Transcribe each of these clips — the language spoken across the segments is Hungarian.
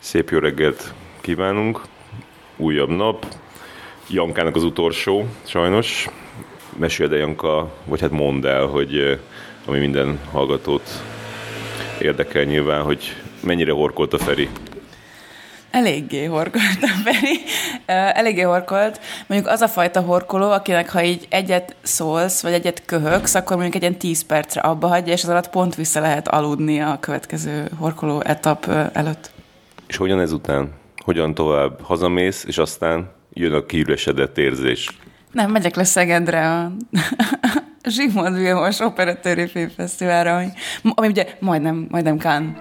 Szép jó reggelt kívánunk, újabb nap, Jankának az utolsó, sajnos. Meséld el, Janka, vagy hát mondd el, hogy ami minden hallgatót érdekel nyilván, hogy mennyire horkolt a Feri. Eléggé horkolt a Feri. Eléggé horkolt. Mondjuk az a fajta horkoló, akinek ha így egyet szólsz, vagy egyet köhögsz, akkor mondjuk egy ilyen 10 percre abba hagyja, és az alatt pont vissza lehet aludni a következő horkoló etap előtt. És hogyan ezután? Hogyan tovább? Hazamész, és aztán jön a kiüresedett érzés. Nem, megyek le Szegedre a Zsigmond Vilmos Operatőri Filmfesztiválra, ami ugye majdnem Cannes.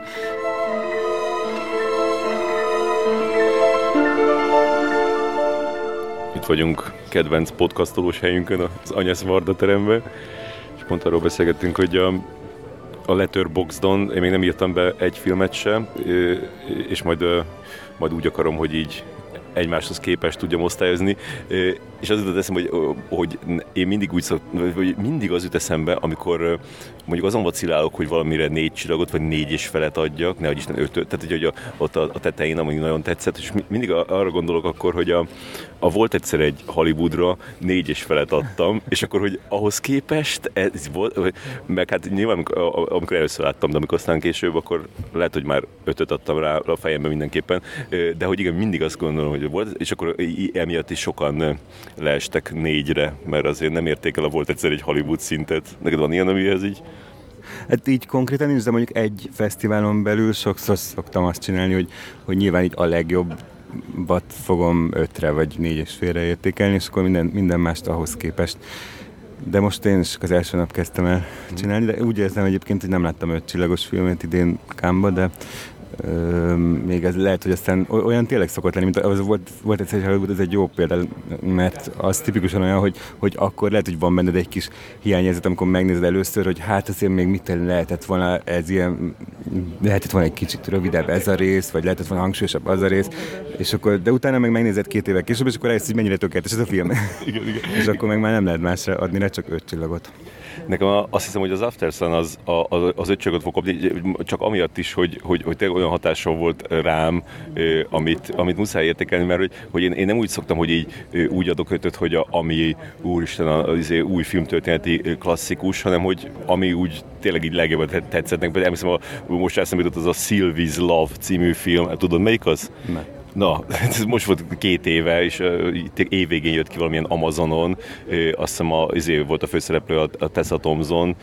Itt vagyunk kedvenc podcastolós helyünkön, az Anyesz Varda teremben, és pont arról beszélgettünk, hogy a Letterboxdon én még nem írtam be egy filmet sem, és majd úgy akarom, hogy így egymáshoz képest tudjam osztályozni, és az jutott eszembe, hogy én mindig az jut eszembe, amikor mondjuk azon vacilálok, hogy valamire 4 csillagot, vagy 4,5 adjak, nehogy Isten 5-öt, tehát hogy ott a tetején, ami nagyon tetszett, és mindig arra gondolok akkor, hogy volt egyszer egy Hollywoodra 4,5 adtam, és akkor, hogy ahhoz képest ez volt, meg hát nyilván amikor először láttam, de amikor aztán később, akkor lehet, hogy már 5-öt adtam rá a fejembe mindenképpen, de hogy igen, mindig azt gondolom, hogy volt, és akkor emiatt is sokan leestek 4-re, mert azért nem érték el a volt egyszer egy Hollywood szintet. Neked van ilyen, amihez így? Hát így konkrétan nincs, de mondjuk egy fesztiválon belül sokszor szoktam azt csinálni, hogy nyilván így a legjobbat fogom 5-re vagy 4,5-re értékelni, és akkor minden mást ahhoz képest. De most én is az első nap kezdtem el csinálni, de úgy érzem egyébként, hogy nem láttam 5 csillagos filmet idén Cannes-ba, de még ez lehet, hogy aztán olyan tényleg szokott lenni, mint az volt egyszer egy Hollywood, ez egy jó példa, mert az tipikusan olyan, hogy akkor lehet, hogy van benned egy kis hiányérzet, amikor megnézed először, hogy hát azért még mit lehetett volna ez ilyen, lehetett volna egy kicsit rövidebb ez a rész, vagy lehetett volna hangsúlyosabb az a rész, és akkor, de utána meg megnézed 2 évvel később, és akkor rájössz, hogy mennyire tökéletes ez a film. Igen. És akkor meg már nem lehet másra adni, ne csak 5 csillagot. Nekem azt hiszem, hogy az Aftersun az 5 csillagot fog kapni, csak amiatt is, hogy tényleg olyan hatással volt rám, amit muszáj értékelni, mert hogy én nem úgy szoktam, hogy így úgy adok 5-öt, hogy ami úristen az új filmtörténeti klasszikus, hanem hogy ami úgy tényleg így legjobban tetszett. Például emlékszem, most eszembe jutott az a Sylvie's Love című film. Tudod, melyik az? Nem. Na, ez most volt 2 éve, és évvégén jött ki valamilyen Amazonon, azt hiszem volt a főszereplő a Tessa Thompson,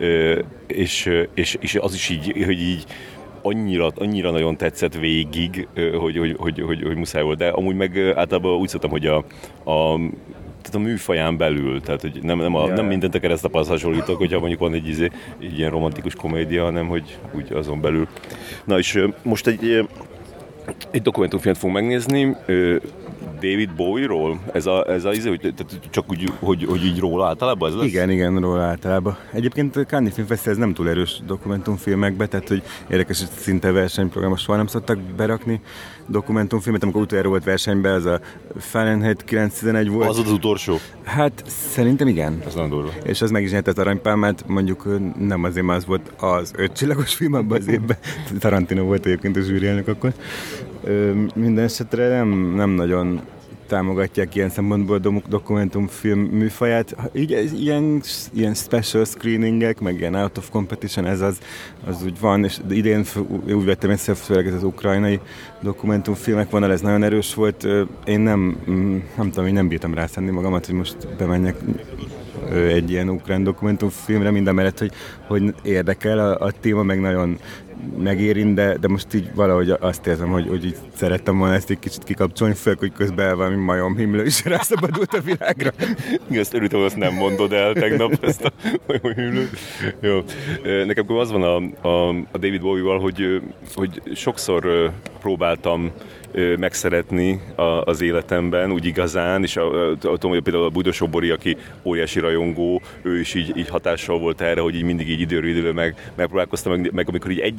és az is így, hogy így annyira nagyon tetszett végig, hogy muszáj volt, de amúgy meg általában úgy szoktam, hogy tehát a műfaján belül, tehát hogy nem mindent a keresztapához hasonlítok, hogyha mondjuk van egy ilyen romantikus komédia, hanem hogy úgy azon belül. Na és most egy dokumentumfilmet fogunk megnézni, David Bowie-ról? Ez hogy csak úgy, hogy így róla általában? Ez lesz? Igen, róla általában. Egyébként a Cannes Filmfesztivál ez nem túl erős dokumentumfilmekbe, tehát hogy érdekes, hogy szinte versenyprogramot soha nem szoktak berakni dokumentumfilmet, amikor utoljára volt versenyben, az a Fahrenheit 911 volt. Az az utolsó? Hát szerintem igen. Ez nem durva. És az meg is nyerte az aranypálmát, mondjuk nem azért, mert az volt az 5 csillagos film abban az évben. Tarantino volt egyébként a zsűrielnök akkor. Minden esetre nem nagyon támogatják ilyen szempontból a dokumentumfilm műfaját. Így ilyen special screeningek, meg ilyen out of competition, ez az úgy van, és idén úgy vettem észre, főleg ez az ukrajnai dokumentumfilmek vonal, ez nagyon erős volt. Én nem tudom, én nem bírtam rászánni magamat, hogy most bemenjek egy ilyen ukrán dokumentumfilmre, mindamellett, hogy érdekel a téma, meg nagyon megérint, de most így valahogy azt érzem, hogy így szerettem volna ezt egy kicsit kikapcsolni, főleg, hogy közben valami majomhimlő is rászabadult a világra. Igen, ezt örültem, hogy azt nem mondod el tegnap, ezt a majomhimlőt. Jó. Nekem az van a David Bowie-val, hogy sokszor próbáltam megszeretni az életemben, úgy igazán, és tudom, hogy például a Bújdosó Bori, aki óriási rajongó, ő is így hatással volt erre, hogy így mindig így időről időre megpróbálkoztam, meg amikor így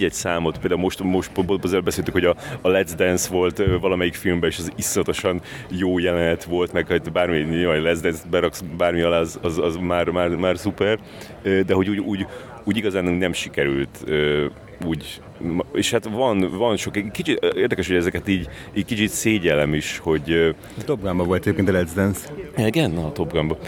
egy-egy számot, például most azért beszéltük, hogy a Let's Dance volt valamelyik filmben, és az iszonyatosan jó jelenet volt, meg hogy bármi, Let's Dance beraksz bármi alá, az már szuper, de hogy úgy igazán nem sikerült úgy, és hát van sok, kicsit érdekes, hogy ezeket így kicsit szégyellem is, hogy... Top Gunban volt egyébként a Let's Dance. Igen, a Top Gunban.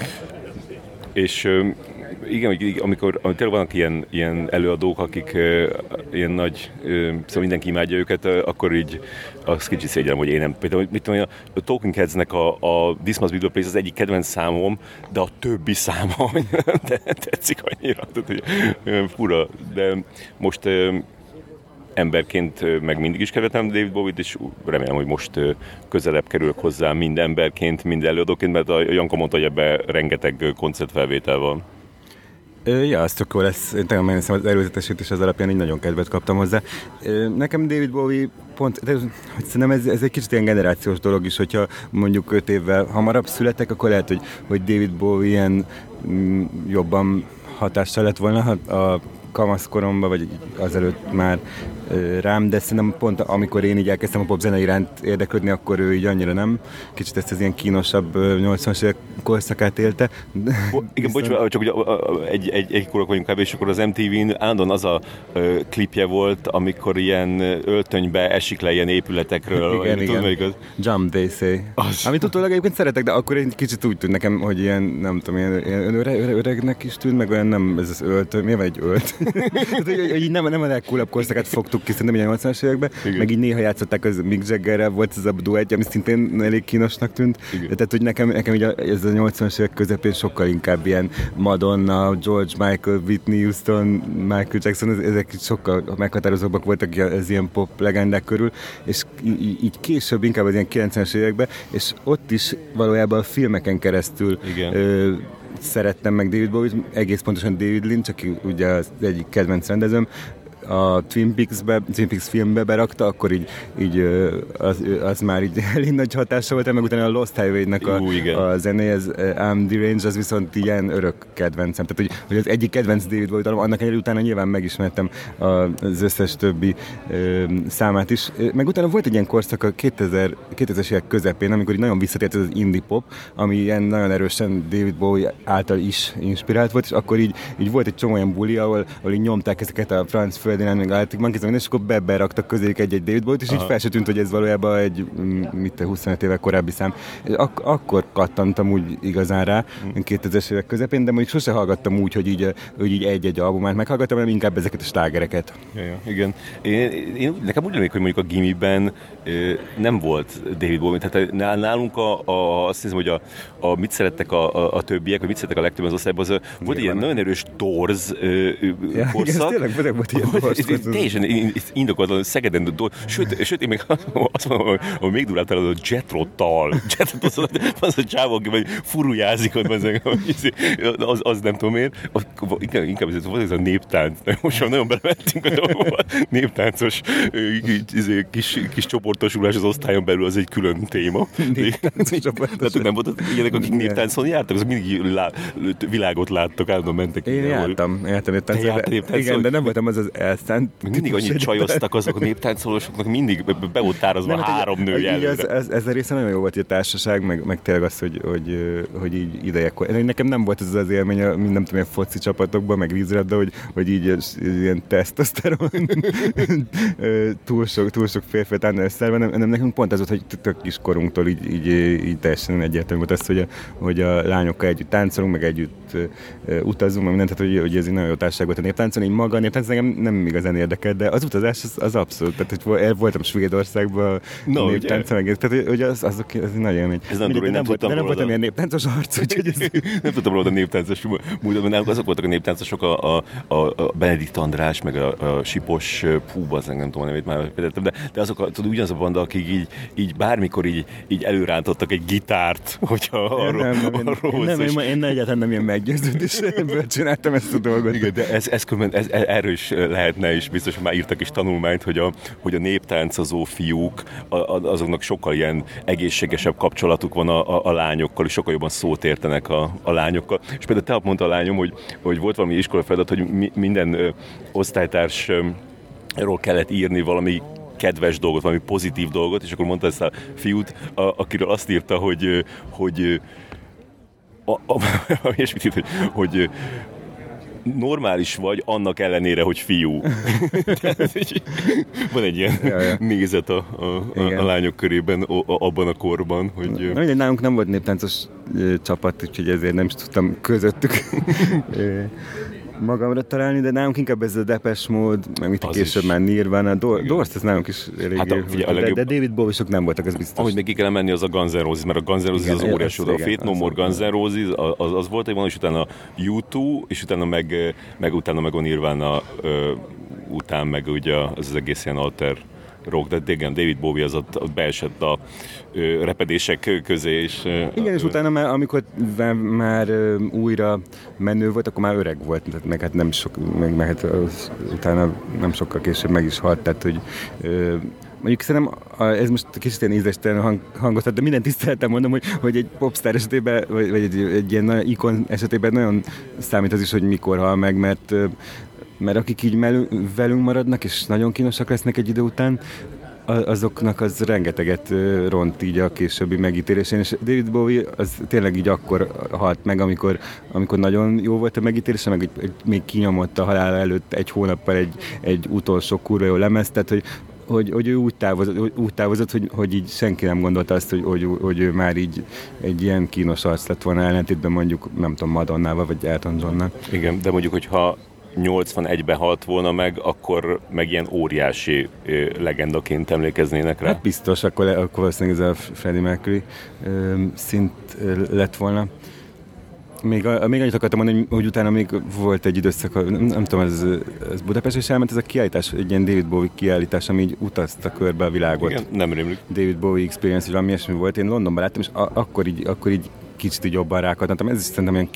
És igen, amikor tényleg vannak ilyen előadók, akik ilyen nagy, szóval mindenki imádja őket, akkor így azt kicsit szégyellem, hogy én nem. Például, mit tudom, a Talking Headsnek a This Must Be the Place az egyik kedvenc számom, de a többi száma de tetszik annyira, tehát, hogy fura. De most emberként meg mindig is követem David Bowie-t, és remélem, hogy most közelebb kerülök hozzá mind emberként, mind előadóként, mert a Janka mondta, hogy ebben rengeteg koncertfelvétel van. Ja, az tök jó lesz. Én tényleg megnéztem az előzetesítés, az alapján így nagyon kedvet kaptam hozzá. Nekem David Bowie pont, de hogy szerintem ez egy kicsit ilyen generációs dolog is, hogyha mondjuk 5 évvel hamarabb születek, akkor lehet, hogy David Bowie ilyen jobban hatással lett volna a kamaszkoromban, vagy azelőtt már rám, de szerintem pont amikor én így elkezdtem a popzene iránt érdeklődni, akkor ő így annyira nem. Kicsit ezt az ilyen kínosabb 80-as évek korszakát élte. Igen, bocs, csak egy korok vagyunk kb. És akkor az MTV-n állandóan az a klipje volt, amikor ilyen öltönybe esik le ilyen épületekről. Igen. Tudom, Jump, they say. Amit utólag egyébként szeretek, de akkor egy kicsit úgy tűnt nekem, hogy ilyen, nem tudom, ilyen öregnek is tűnt, meg olyan nem, ez az öltöny, miért van egy ölt? hogy így nem a legcoolabb korszakát fogtuk ki, szerintem ilyen 80-as években, meg így néha játszották az Mick Jaggerrel, volt ez a duettje, ami szintén elég kínosnak tűnt. De tehát, hogy nekem így ez a 80-as évek közepén sokkal inkább ilyen Madonna, George Michael, Whitney Houston, Michael Jackson, ezek sokkal meghatározóbbak voltak az ilyen pop legendák körül, és így később inkább az ilyen 90-es években, és ott is valójában a filmeken keresztül szerettem meg David Bowie-t, egész pontosan David Lynch, aki ugye az egyik kedvenc rendezőm, a Twin Peaks filmbe berakta, akkor így az már így elég nagy hatása volt, meg utána a Lost Highway-nek a zenéje, az I'm Deranged, az viszont ilyen örök kedvencem. Tehát, hogy az egyik kedvenc David Bowie dalom, annak elég utána nyilván megismertem az összes többi számát is. Meg utána volt egy ilyen korszak a 2000-es évek közepén, amikor így nagyon visszatért ez az indie pop, ami ilyen nagyon erősen David Bowie által is inspirált volt, és akkor így volt egy csomó olyan buli, ahol így nyomták ezeket a Franz Ferdinand, meg Arctic Monkeys, és akkor beraktak közéjük egy David Bowie-t, és így fel se tűnt, hogy ez valójában egy 25 évek korábbi szám. Akkor kattantam úgy igazán rá, 2000-es évek közepén, de mondjuk sose hallgattam úgy, hogy így egy-egy albumát meghallgattam, hanem inkább ezeket a slágereket. Ja, igen. Nekem úgy emlék, hogy mondjuk a gimiben nem volt David Bowie, tehát nálunk azt hiszem, hogy mit szerettek a többiek, vagy mit szerettek a legtöbb az osztályban, az volt ilyen nagyon erős Doors korszak. Igen, tényleg volt ilyen Doors. Teljesen indokolatlan Szegeden, sőt, én még azt mondom, hogy még durvább talán a Jethro Tull. Az a csávó, aki furujázik ott, az nem tudom én. Inkább ez a néptánc. Most már nagyon belevettünk, a néptáncos kis csoportosulás az osztályon belül, az egy külön téma. Néptáncos csoportosulás. Nem volt ilyenek, akik néptáncon jártak, azok mindig világot láttak, állandóan mentek. Én jártam néptáncon. Igen, de nem voltam az elszánt. Mindig annyit csajoztak azok a néptáncolósoknak, mindig be volt tárazva 3 nő jelölve. Ez a része nagyon jó volt, hogy a társaság, meg tényleg az, hogy így idejekor. Nekem nem volt ez az élmény, nem tudom, ilyen foci csapatokban, meg vízrabda, hogy így ilyen tesztoszteron túl sok férfiat állna összerve, nem nekünk pont az volt, hogy tök kiskorunktól így teljesen egyértelmű volt az, hogy a lányokkal együtt táncolunk, meg együtt utazunk, meg mindent, tehát hogy ez egy nagyon jó társaság volt a néptáncon, így maga a néptánc nem igazán érdekel, de az utazás az abszolút, tehát hogy voltam Svédországban néptáncon, tehát hogy az nagy élmény. Ez nem tudom, nem voltam ilyen néptáncos arc, úgyhogy nem tudtam róla a néptáncos múltban, nálunk azok voltak a néptáncosok, a Benedikt András, meg a Sipos, nem tudom a nevét már például, de azok ugyanaz a banda, akik így bármikor így előrántottak egy gitárt, hogyha arról én egyáltalán nem ilyen meggyőződésből csináltam ezt a dolgot. Igen, de erről is lehetne, és biztos, hogy már írtak is tanulmányt, hogy a néptáncozó fiúk, azoknak sokkal ilyen egészségesebb kapcsolatuk van a lányokkal, és sokkal jobban szót értenek a lányokkal. És például te mondta a lányom, hogy volt valami iskola feladat, hogy minden osztálytárs kellett írni valami kedves dolgot, valami pozitív dolgot, és akkor mondta ezt a fiút, akiről azt írta, hogy hogy normális vagy annak ellenére, hogy fiú. Van egy ilyen nézet a lányok körében abban a korban, hogy... Nálunk nem volt néptáncos csapat, úgyhogy ezért nem is tudtam közöttük magamra találni, de nálunk inkább ez a Depeche Mode, meg mit később már Nirvana, Doors, ez nálunk is elég de David Bowie-sok nem voltak, ez biztos. Ahogy neki kellene menni, az a Guns N' Roses, mert a Guns N' Roses az óriási oda. A Faith No More Guns N' Roses, az volt egy van, és utána U2, és utána meg a Nirvana után, meg ugye az egész ilyen alter rock, de igen, David Bowie az ott beesett a repedések közé. Igen, és utána már, amikor már újra menő volt, akkor már öreg volt, meg hát nem sok, meg hát utána nem sokkal később meg is halt, tehát hogy mondjuk szerintem, ez most kicsit ilyen ízlestelen hangoztat, de minden tisztelettel mondom, hogy egy popstar esetében, vagy egy ilyen nagy ikon esetében nagyon számít az is, hogy mikor hal meg, mert akik így velünk maradnak, és nagyon kínosak lesznek egy idő után, azoknak az rengeteget ront így a későbbi megítélésén, és David Bowie az tényleg így akkor halt meg, amikor nagyon jó volt a megítélése, meg még kinyomott a halála előtt egy hónappal egy utolsó kurva jó lemez, tehát hogy ő úgy távozott, hogy így senki nem gondolta azt, hogy ő már így egy ilyen kínos arc lett volna, ellentétben mondjuk, nem tudom, Madonnával vagy Elton Johnnal. Igen, de mondjuk, hogyha 81-ben halt volna meg, akkor meg ilyen óriási legendaként emlékeznének rá. Hát biztos, akkor valószínűleg ez a Freddie Mercury szint lett volna. Még annyit akartam mondani, hogy utána még volt egy időszak, nem tudom, ez Budapest is elment, ez a kiállítás, egy ilyen David Bowie kiállítás, ami így utazta körbe a világot. Igen, nem rémlik. David Bowie Experience, vagy valami ilyesmi volt. Én Londonban láttam, és akkor így kicsit így jobban rákattam. Ez is szerintem ilyen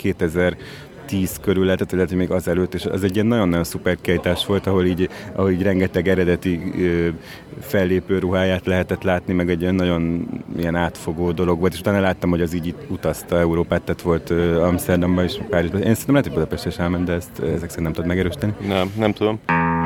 2010 körül lehetett, lehet, hogy még azelőtt, és az egy ilyen nagyon-nagyon szuper kiállítás volt, ahol így rengeteg eredeti fellépő ruháját lehetett látni, meg egy ilyen nagyon ilyen átfogó dolog volt, és utána láttam, hogy az így utazta Európát, tehát volt Amsterdamban és Párizsban. Én szerintem lehet, hogy Budapest is elment, de ezek szerint nem tudod megerősíteni. Nem tudom.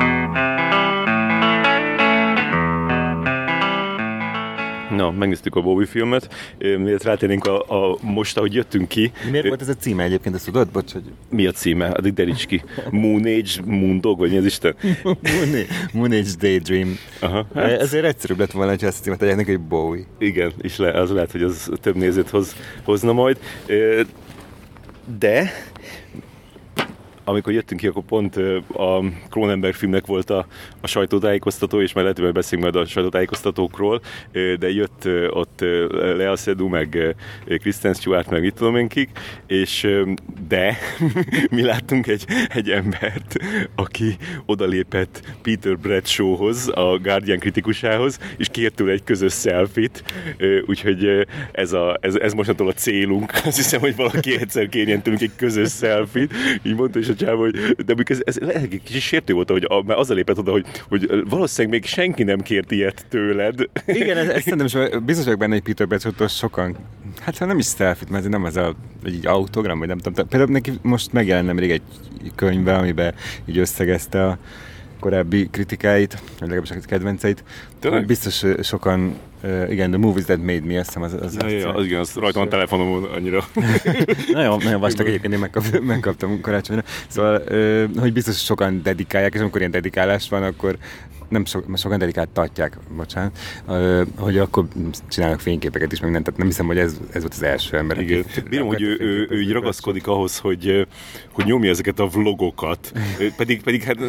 Na, megnéztük a Bowie filmet, miért rátérnénk a most, ahogy jöttünk ki. Miért volt ez a címe egyébként, ezt tudod? Bocs, hogy... Mi a címe? Addig deríts ki. Moon Age, Moondog, vagy mi az Isten? Moon Age Daydream. Aha, hát. Ezért egyszerűbb lett volna, hogy azt a címet adják neki, hogy Bowie. Igen, és az lehet, hogy az több nézőt hozna majd. De... amikor jöttünk ki, akkor pont a Cronenberg filmnek volt a sajtótájékoztató, és már lehet, hogy beszélünk majd a sajtótájékoztatókról, de jött ott Lea Seydoux, meg Kristen Stewart, meg mit tudom én kik, de mi láttunk egy embert, aki odalépett Peter Bradshawhoz, a Guardian kritikusához, és kért tőle egy közös selfie-t, úgyhogy ez mostantól a célunk. Azt hiszem, hogy valaki egyszer kérjen tőlünk egy közös selfie-t, így mondta is a csáv, hogy de ez egy kicsit sértő volt, hogy mert azzal lépett oda, hogy valószínűleg még senki nem kért ilyet tőled. Igen, ezt szerintem biztos vagyok benne, hogy Peter Bradshaw-tól sokan, hát nem is selfie-t, mert nem az egy autogram, vagy nem tudom. Például neki most megjelent nemrég egy könyvbe, amiben így összegezte a korábbi kritikáit, vagy legalábbis a kedvenceit. Biztos sokan, igen, The Movies That Made Me, azt hiszem az rajta van telefonom annyira. Nagyon vastag egyébként, én megkaptam karácsonyra. Szóval, hogy biztos sokan dedikálják, és amikor ilyen dedikálás van, akkor nem sokan dedikáltatják, bocsánat, hogy akkor csinálnak fényképeket is, meg nem, tehát nem hiszem, hogy ez volt az első ember. Igen. Bírom, hogy ő így ragaszkodik ahhoz, hogy nyomja ezeket a vlogokat, pedig hát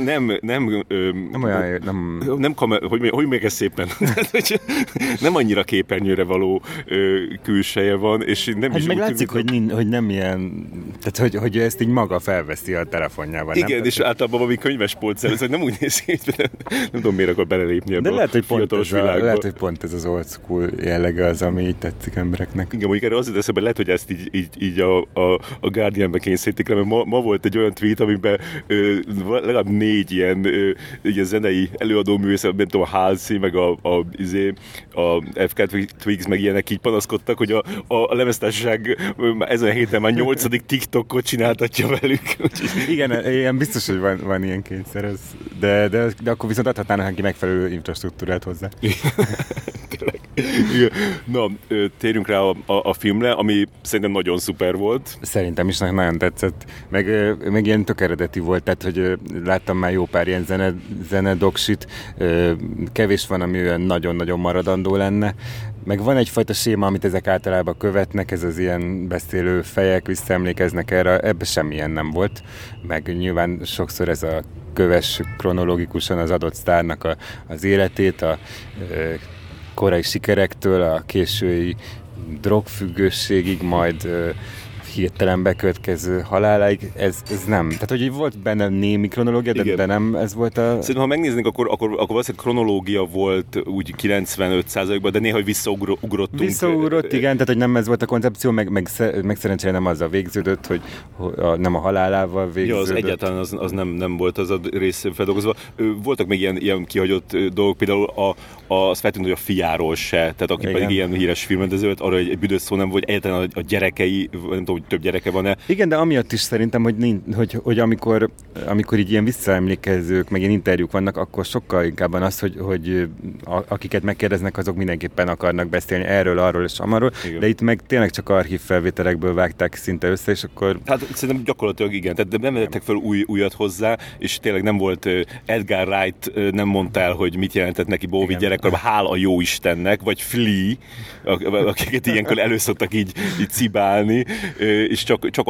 hogy még ez szépen, nem annyira képernyőre való külseje van, és nem hát is meg látszik, hogy nem ilyen, tehát hogy ezt így maga felveszi a telefonjával. Igen, nem? És általában valami könyvespolc előtt, hogy nem úgy néz ki, nem tudom, tudom, miért akar belelépni ebbe a fiatalos világba. Lehet, hogy pont ez az old school jellege az, ami így tetszik embereknek. Igen, mondjuk erre azért eszembe, lehet, hogy ezt így a Guardian-be kényszerítik le, mert ma volt egy olyan tweet, amiben legalább 4 ilyen zenei előadóművész, nem tudom, a Halsey, meg a FK Twigs, meg ilyenek így panaszkodtak, hogy a lemeztársaság ezen a héten már 8. TikTokot csináltatja velük. Igen, ilyen biztos, hogy van ilyen kényszer, de akkor viszont adhatnának neki megfelelő infrastruktúrát hozzá. Na, térjünk rá a filmre, ami szerintem nagyon szuper volt. Szerintem is nagyon tetszett, meg ilyen tök eredeti volt, tehát hogy láttam már jó pár ilyen zenedoksit, kevés van, ami olyan nagyon-nagyon maradandó lenne, meg van egyfajta séma, amit ezek általában követnek, ez az ilyen beszélő fejek visszaemlékeznek erre, ebben semmilyen nem volt, meg nyilván sokszor ez a kövess kronológikusan az adott sztárnak az életét, a korai sikerektől a késői drogfüggőségig, majd hirtelen bekövetkező haláláig, ez nem. Tehát, hogy volt benne némi kronológia, de nem ez volt a... Szerintem, ha megnéznénk, akkor valószínűleg kronológia volt úgy 95%-ban, de néha visszaugrottunk. Visszaugrott, igen, tehát, hogy nem ez volt a koncepció, meg szerencsére nem azzal végződött, hogy nem a halálával végződött. Ja, az egyáltalán az nem volt az a rész feldolgozva. Voltak még ilyen kihagyott dolgok, például az feltűnt, hogy a fiáról se, tehát aki pedig ilyen híres filmrendező volt, arra egy büdös szó nem volt, egyáltalán a gyerekei, nem tudom, hogy több gyereke van-e. Igen, de amiatt is szerintem, hogy amikor így ilyen visszaemlékezők, meg ilyen interjúk vannak, akkor sokkal inkább van az, hogy akiket megkérdeznek, azok mindenképpen akarnak beszélni erről, arról és amarról, de itt meg tényleg csak archív felvételekből vágták szinte össze, és akkor... Hát szerintem gyakorlatilag igen, tehát nem vezettek fel újat hozzá, és tényleg nem volt Edgar Wright, nem mondta el, hogy mit jelentett neki Bowie gyerekkorban, hála a jó Istennek, vagy Flea, akiket ilyenkor előszoktak így cibálni, és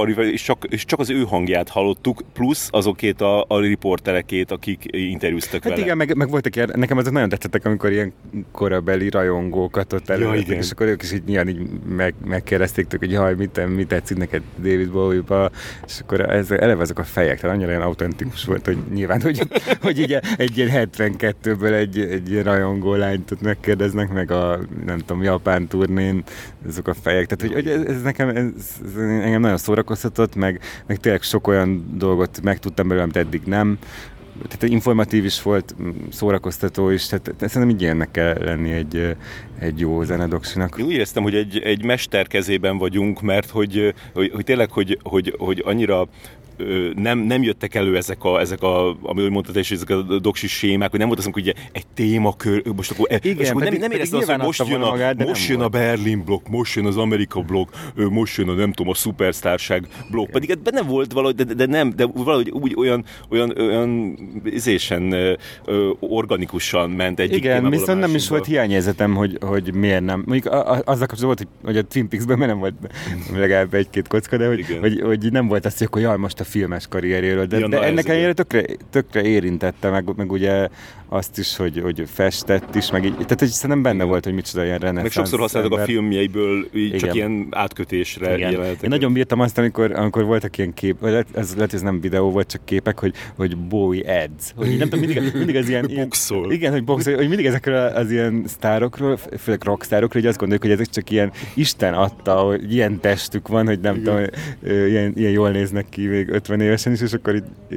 csak az ő hangját hallottuk, plusz azokét a riporterekét, akik interjúztak vele. Hát igen, meg voltak nekem azok nagyon tetszettek, amikor ilyen korabeli rajongókat ott elővettek, és akkor ők is így nyilván így megkérdezték tőle, hogy jaj, mit tetszik neked David Bowie-ba, és akkor eleve ezek a fejek, tehát annyira ilyen autentikus volt, hogy nyilván, hogy így egy ilyen 72-ből egy rajongó lányt ott megkérdeznek, meg a nem tudom, japán turnén ezek a fejek, tehát hogy ez nekem engem nagyon szórakoztatott, meg tényleg sok olyan dolgot megtudtam belőle, amit eddig nem. Tehát informatív is volt, szórakoztató is, tehát szerintem így ilyennek kell lenni egy jó zenedoksinak. Én úgy éreztem, hogy egy mester kezében vagyunk, mert hogy tényleg, hogy annyira nem jöttek elő ezek a amit mondtad, és ezek a doksi sémák, hogy nem volt az, hogy egy témakör, most akkor nem éreztem azt, hogy most jön a Berlin blokk, most jön az Amerika blokk, most jön a nem tudom, a szupersztárság blokk, pedig benne volt valahogy, de valahogy úgy olyan izésen organikusan ment egyik témából a másikba. Viszont nem is volt hiányérzetem, hogy miért nem. Mondjuk azzal kapcsolatban volt, hogy a Twin Peaks-ben nem volt legalább egy-két kocka, de hogy nem volt az, hogy akkor jaj, most a filmes karrierjéről, de ennek ellenére tökre érintette, meg ugye azt is, hogy festett is, meg így, tehát hogy szerintem benne volt, hogy micsoda ilyen reneszánsz. Meg sokszor használtak a filmjeiből csak ilyen átkötésre jelenetek. Én nagyon bírtam azt, amikor voltak ilyen lehet, ez nem videó volt, csak képek, hogy Bowie ads. Hogy nem tudom, mindig az ilyen... boxol. Igen, hogy boxol, hogy mindig ezekről az ilyen sztárokról, főleg rockstárokról, hogy azt gondoljuk, hogy ezek csak ilyen Isten adta, hogy ilyen testük van, hogy nem tudom, ilyen jól néznek ki még 50 évesen is, és akkor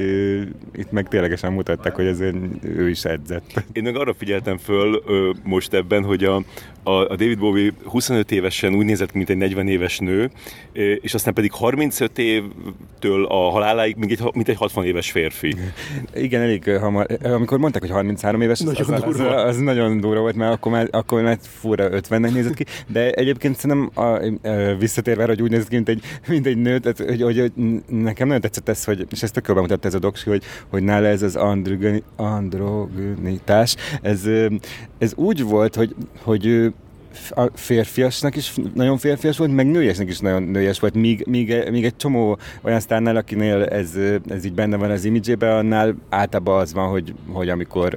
itt meg ténylegesen mutatták, hogy azért ő is edzett. Én meg arra figyeltem föl most ebben, hogy a David Bowie 25 évesen úgy nézett ki, mint egy 40 éves nő, és aztán pedig 35 évtől a haláláig mint egy 60 éves férfi. Igen, elég hamar. Amikor mondták, hogy 33 éves, az nagyon durva volt, mert akkor már fura 50-nek nézett ki, de egyébként szerintem visszatérve, hogy úgy nézett ki, mint egy nő, tehát, hogy nekem nagyon tetszett ez, hogy, és ezt tökül bemutatta ez a doksi, hogy nála ez az androgenitás, ez úgy volt, hogy a férfiasnak is nagyon férfias volt, meg nőiesnek is nagyon nőies volt, míg egy csomó olyan sztárnál, akinél ez így benne van az imidzsében, annál általában az van, hogy amikor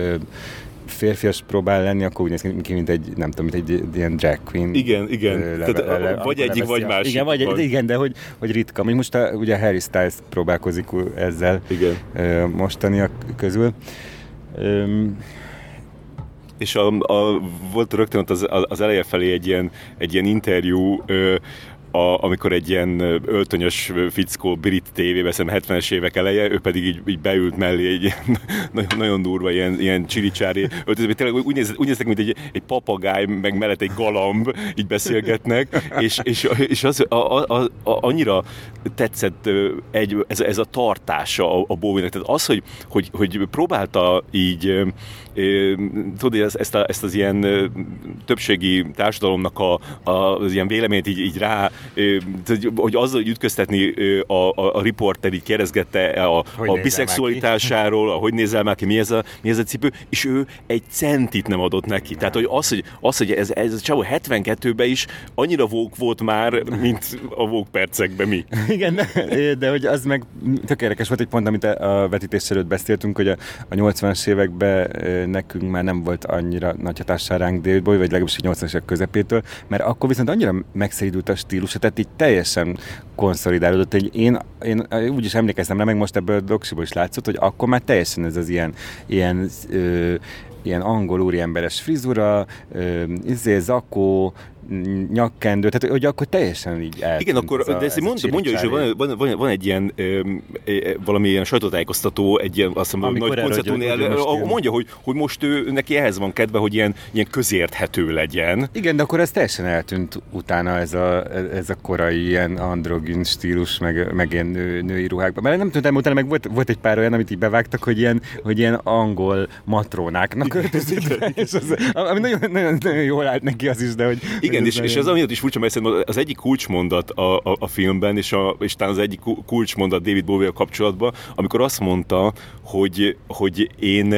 férfias próbál lenni, akkor úgy néz ki, mint egy, nem tudom, mint egy ilyen drag queen. Igen. Vagy egyik, vagy másik. Igen, de hogy ritka. Most ugye Harry Styles próbálkozik ezzel mostaniak közül. És volt rögtön ott az eleje felé egy ilyen interjú, amikor egy ilyen öltönyös fickó brit tévébe, szerintem 70-es évek eleje, ő pedig így beült mellé egy ilyen nagyon durva ilyen csiricsári öltözőben. Tényleg úgy néztek, mint egy papagáj, meg mellett egy galamb, így beszélgetnek, és az annyira tetszett ez a tartása a Bowie-nek. Tehát az, hogy próbálta így tudod, ezt az ilyen többségi társadalomnak az ilyen véleményt így rá, hogy azzal, hogy ütköztetni a riporter így kérdezgette a biszexualitásáról, hogy nézel már ki, mi ez a cipő, és ő egy centit nem adott neki. Tehát, hogy hogy ez a csávó 72-ben is annyira woke volt már, mint a woke percekben mi. Igen, de hogy az meg tök érdekes volt egy pont, amit a vetítés előtt beszéltünk, hogy a 80-as években nekünk már nem volt annyira nagy hatással ránk David Bowie, vagy legalábbis a 80-as évek közepétől, mert akkor viszont annyira megszeridult a stílusa, tehát így teljesen konszolidálódott, hogy én úgy is emlékeztem rá, meg most ebből a doksiból is látszott, hogy akkor már teljesen ez az ilyen angol úriemberes frizura, zakó, nyakkendő, tehát hogy akkor teljesen így eltűnt. Igen, akkor, de ezt mondja is, hogy van egy ilyen valami ilyen sajtótájékoztató, egy ilyen, azt hiszem, nagy koncertúnél, mondja, hogy most neki ehhez van kedve, hogy ilyen közérthető legyen. Igen, de akkor ez teljesen eltűnt utána ez a korai ilyen androgyn stílus, meg ilyen női ruhákban. Mert nem tudom, utána meg volt egy pár olyan, amit így bevágtak, hogy ilyen angol matrónáknak öltözik. Ami nagyon jól állt neki az is, de hogy igen, és az amiatt is furcsa, mert szerintem az egyik kulcsmondat a filmben, és talán az egyik kulcsmondat David Bowie-val kapcsolatban, amikor azt mondta, hogy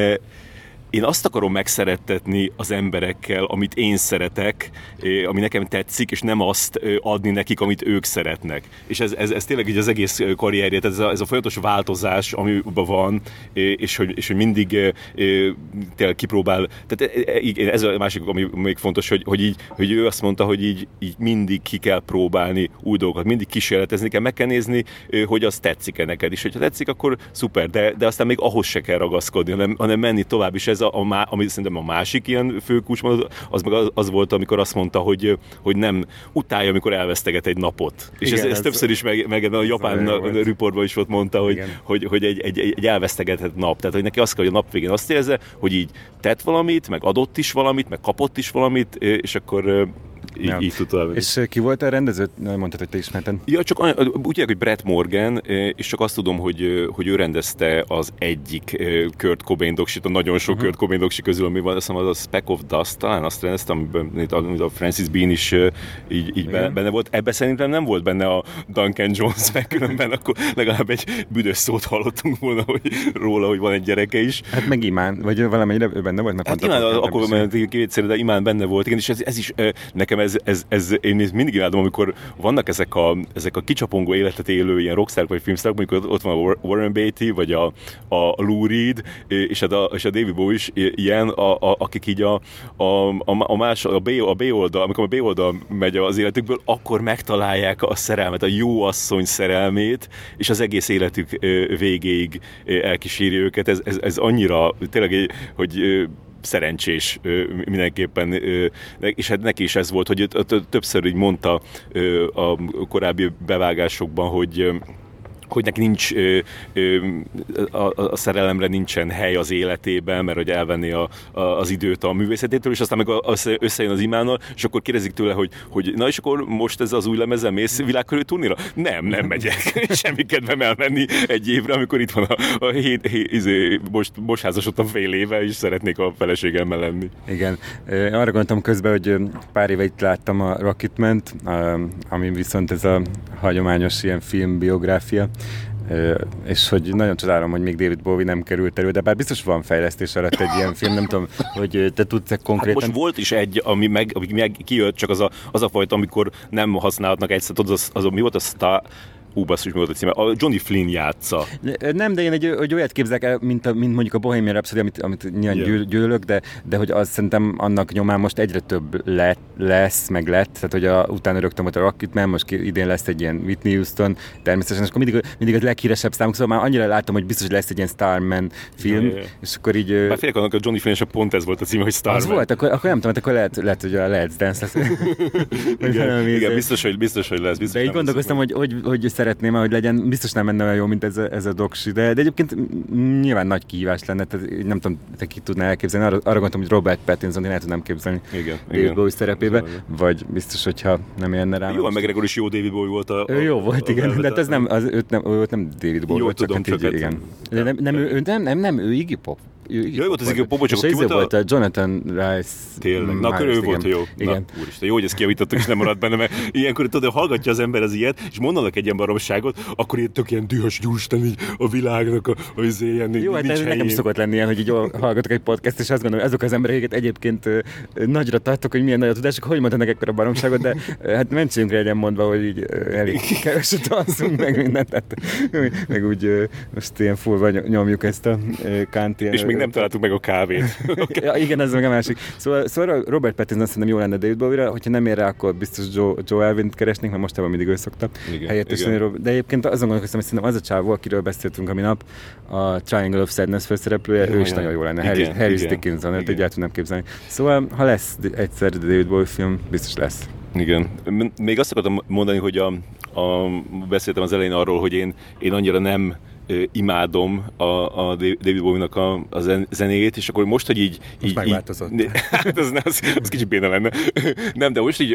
én azt akarom megszerettetni az emberekkel, amit én szeretek, ami nekem tetszik, és nem azt adni nekik, amit ők szeretnek. És ez tényleg így az egész karrierje, ez a folyamatos változás, amiben van, és hogy mindig tényleg kipróbál. Tehát ez a másik, ami még fontos, hogy ő azt mondta, hogy így mindig ki kell próbálni új dolgokat, mindig kísérletezni kell, meg kell nézni, hogy az tetszik-e neked. És hogyha tetszik, akkor szuper, de aztán még ahhoz se kell ragaszkodni, hanem menni tovább. És ez ami szerintem a másik ilyen fő kulcsmondat, az meg az volt, amikor azt mondta, hogy nem utálja, amikor elveszteget egy napot. És igen, ez többször is meg a japán riportban is volt mondta, hogy egy elvesztegetett nap. Tehát, hogy neki azt kell, hogy a nap végén azt érezze, hogy így tett valamit, meg adott is valamit, meg kapott is valamit, és akkor így tud tovább. És ki volt a rendező? Mondtad, hogy te ismerted. Ja, csak úgy mondják, hogy Brett Morgan, és csak azt tudom, hogy ő rendezte az egyik Kurt Cobain doksit, a nagyon sok Kurt Cobain doksi közül, ami van, azt hiszem, az a Speck of Dust, talán azt rendezte, amiben a Francis Bean is így benne volt. Ebben szerintem nem volt benne a Duncan Jones, meg különben akkor legalább egy büdös szót hallottunk volna róla, hogy van egy gyereke is. Hát meg Imán, vagy valamennyire benne volt? Hát Imán, akkor kétszer, de Imán benne volt, igen, és ez is nekem én mindig imádom, amikor vannak ezek a kicsapongó életet élő ilyen rockstárok vagy filmstárok, amikor ott van a Warren Beatty, vagy a Lou Reed, és a David Bowie is ilyen, akik így a B oldal, amikor a B oldal megy az életükből, akkor megtalálják a szerelmet, a jó asszony szerelmét, és az egész életük végéig elkíséri őket. Ez annyira tényleg, hogy szerencsés mindenképpen, és hát neki is ez volt, hogy többször így mondta a korábbi bevágásokban, hogy neki nincs a szerelemre nincsen hely az életében, mert hogy elvenni az időt a művészetétől, és aztán meg összejön az Imánnal, és akkor kérdezik tőle, hogy na és akkor most ez az új lemezen mész világkörül turnéra? Nem megyek. Semmi kedvem elmenni egy évre, amikor itt van most házasodtam fél éve, és szeretnék a feleségemmel lenni. Igen. Arra gondoltam közben, hogy pár éve itt láttam a Rocketman-t, ami viszont ez a hagyományos ilyen filmbiográfia, és hogy nagyon csodálom, hogy még David Bowie nem került elő, de bár biztos van fejlesztés alatt egy ilyen film, nem tudom, hogy te tudsz konkrétan... Hát most volt is egy, ami meg kijött, csak az a fajta, amikor nem használhatnak egyszer, tudod, mi volt a basszus, mi volt a címe? A Johnny Flynn játsza. Nem, de én egy olyat képzelek el, mint mondjuk a Bohemian Rhapsody, amit nyilván gyűlölök, de hogy az szerintem annak nyomán most egyre több lesz, meg lett, tehát hogy utána rögtön volt a Rocketman, most idén lesz egy ilyen Whitney Houston, természetesen, és akkor mindig a leghíresebb számok, szóval már annyira láttam, hogy biztos, hogy lesz egy ilyen Starman film, és akkor így... Már félek annak a Johnny Flynn, és pont ez volt a címe, hogy Starman. Az volt, akkor nem tudom, akkor lehet, hogy a Let's Dance lesz. Igen, biztos, hogy lesz. De így gondolkoztam, hogy szeretném, hogy legyen, biztos nem menne olyan jó, mint ez a doksi, de egyébként nyilván nagy kihívás lenne, tehát nem tudom, te ki tudná elképzelni, arra gondoltam, hogy Robert Pattinson én el tudnám képzelni David Bowie szerepébe, vagy biztos, hogyha nem érne rá. Jó, a McGregor is jó David Bowie volt. Ő jó volt, igen, de ez nem David Bowie volt, csak igen. Nem, ő Iggy Pop. Jó volt az Iggy Pop, csak ki volt a Jonathan Rice. Tényleg. Na, akkor ő volt jó. Igen. Na, úristen, jó, hogy ezt kijavítottuk, és nem maradt benne, mert ilyenkor tudod, hallgatja az ember az ilyet, és mondanak egy ilyen baromságot, akkor ilyen tök ilyen dühös gyúrsten így a világnak az ilyen. Jó, hát ez nekem is szokott lenni ilyen, hogy így hallgatok egy podcast, és azt gondolom, azok az emberek, akiket egyébként nagyra tartok, hogy milyen nagy a tudásuk, hogy mondanak ekkora baromságot, de hát mentségünk legyen mondva, hogy így elég keveset alszunk meg mindent, tehát, meg úgy most ilyen fullva nyomjuk ezt a Kanti. És még nem találtuk meg a kávét. Ja, igen, ez meg a másik. Szóval Robert Pattinson szerintem jó lenne David Bowie-ra, hogyha nem ér rá, akkor biztos Joe Alwyn-t keresnénk, mert mostában mindig ő szokta helyettesíteni. De egyébként azon gondolkoztam, hogy szerintem az a csávó, akiről beszéltünk a minap, a Triangle of Sadness főszereplője, ő is nagyon jó lenne. Harris Dickinson, őt egyáltalán nem képzelni. Szóval, ha lesz egyszer David Bowie film, biztos lesz. Igen. Még azt akartam mondani, hogy beszéltem az elején arról, hogy én annyira nem imádom a David Bowie-nak a zenéjét, és akkor most, hogy így megváltozott. Hát az kicsit béna lenne. Nem, de most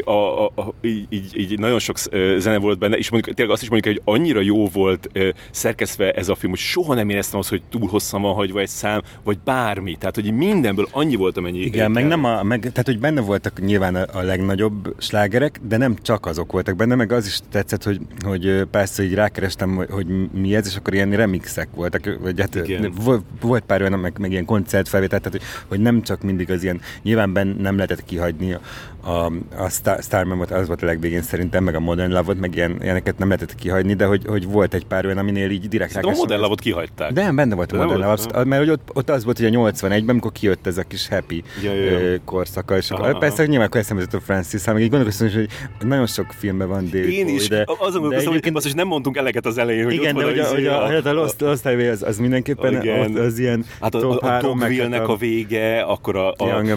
így nagyon sok zene volt benne, és mondjuk, tényleg azt is mondjuk, hogy annyira jó volt szerkesztve ez a film, hogy soha nem éreztem azt, hogy túl hosszan van hagyva egy szám, vagy bármi. Tehát, hogy mindenből annyi volt, amennyi. Igen, tehát, hogy benne voltak nyilván a legnagyobb slágerek, de nem csak azok voltak benne, meg az is tetszett, hogy persze így rákerestem, hogy mi ez, és akkor ilyen remixek voltak, vagy hát volt pár olyan, meg ilyen koncertfelvétel, tehát hogy nem csak mindig az ilyen, nyilván nem lehetett kihagyni a Starman volt, az volt a legvégén szerintem, meg a Modern Love-ot, meg ilyeneket nem lehetett kihagyni, de hogy volt egy pár olyan, aminél így direkt rákerestem. A Modern Love-ot kihagyták. De nem, benne volt a Modern Love, mert hogy ott az volt, hogy a 81-ben, amikor kijött ez a kis happy korszaka, és persze, hogy nyilván akkor eszembe jutott a Francis, meg így gondolkoztam, hogy nagyon sok filmben van David Bowie. Én is, azon gondolkoztam, hogy nem mondtunk eleget az elején, hogy igen, de a Lost Highway az mindenképpen az ilyen hát a Dogville-nek a vége, akkor a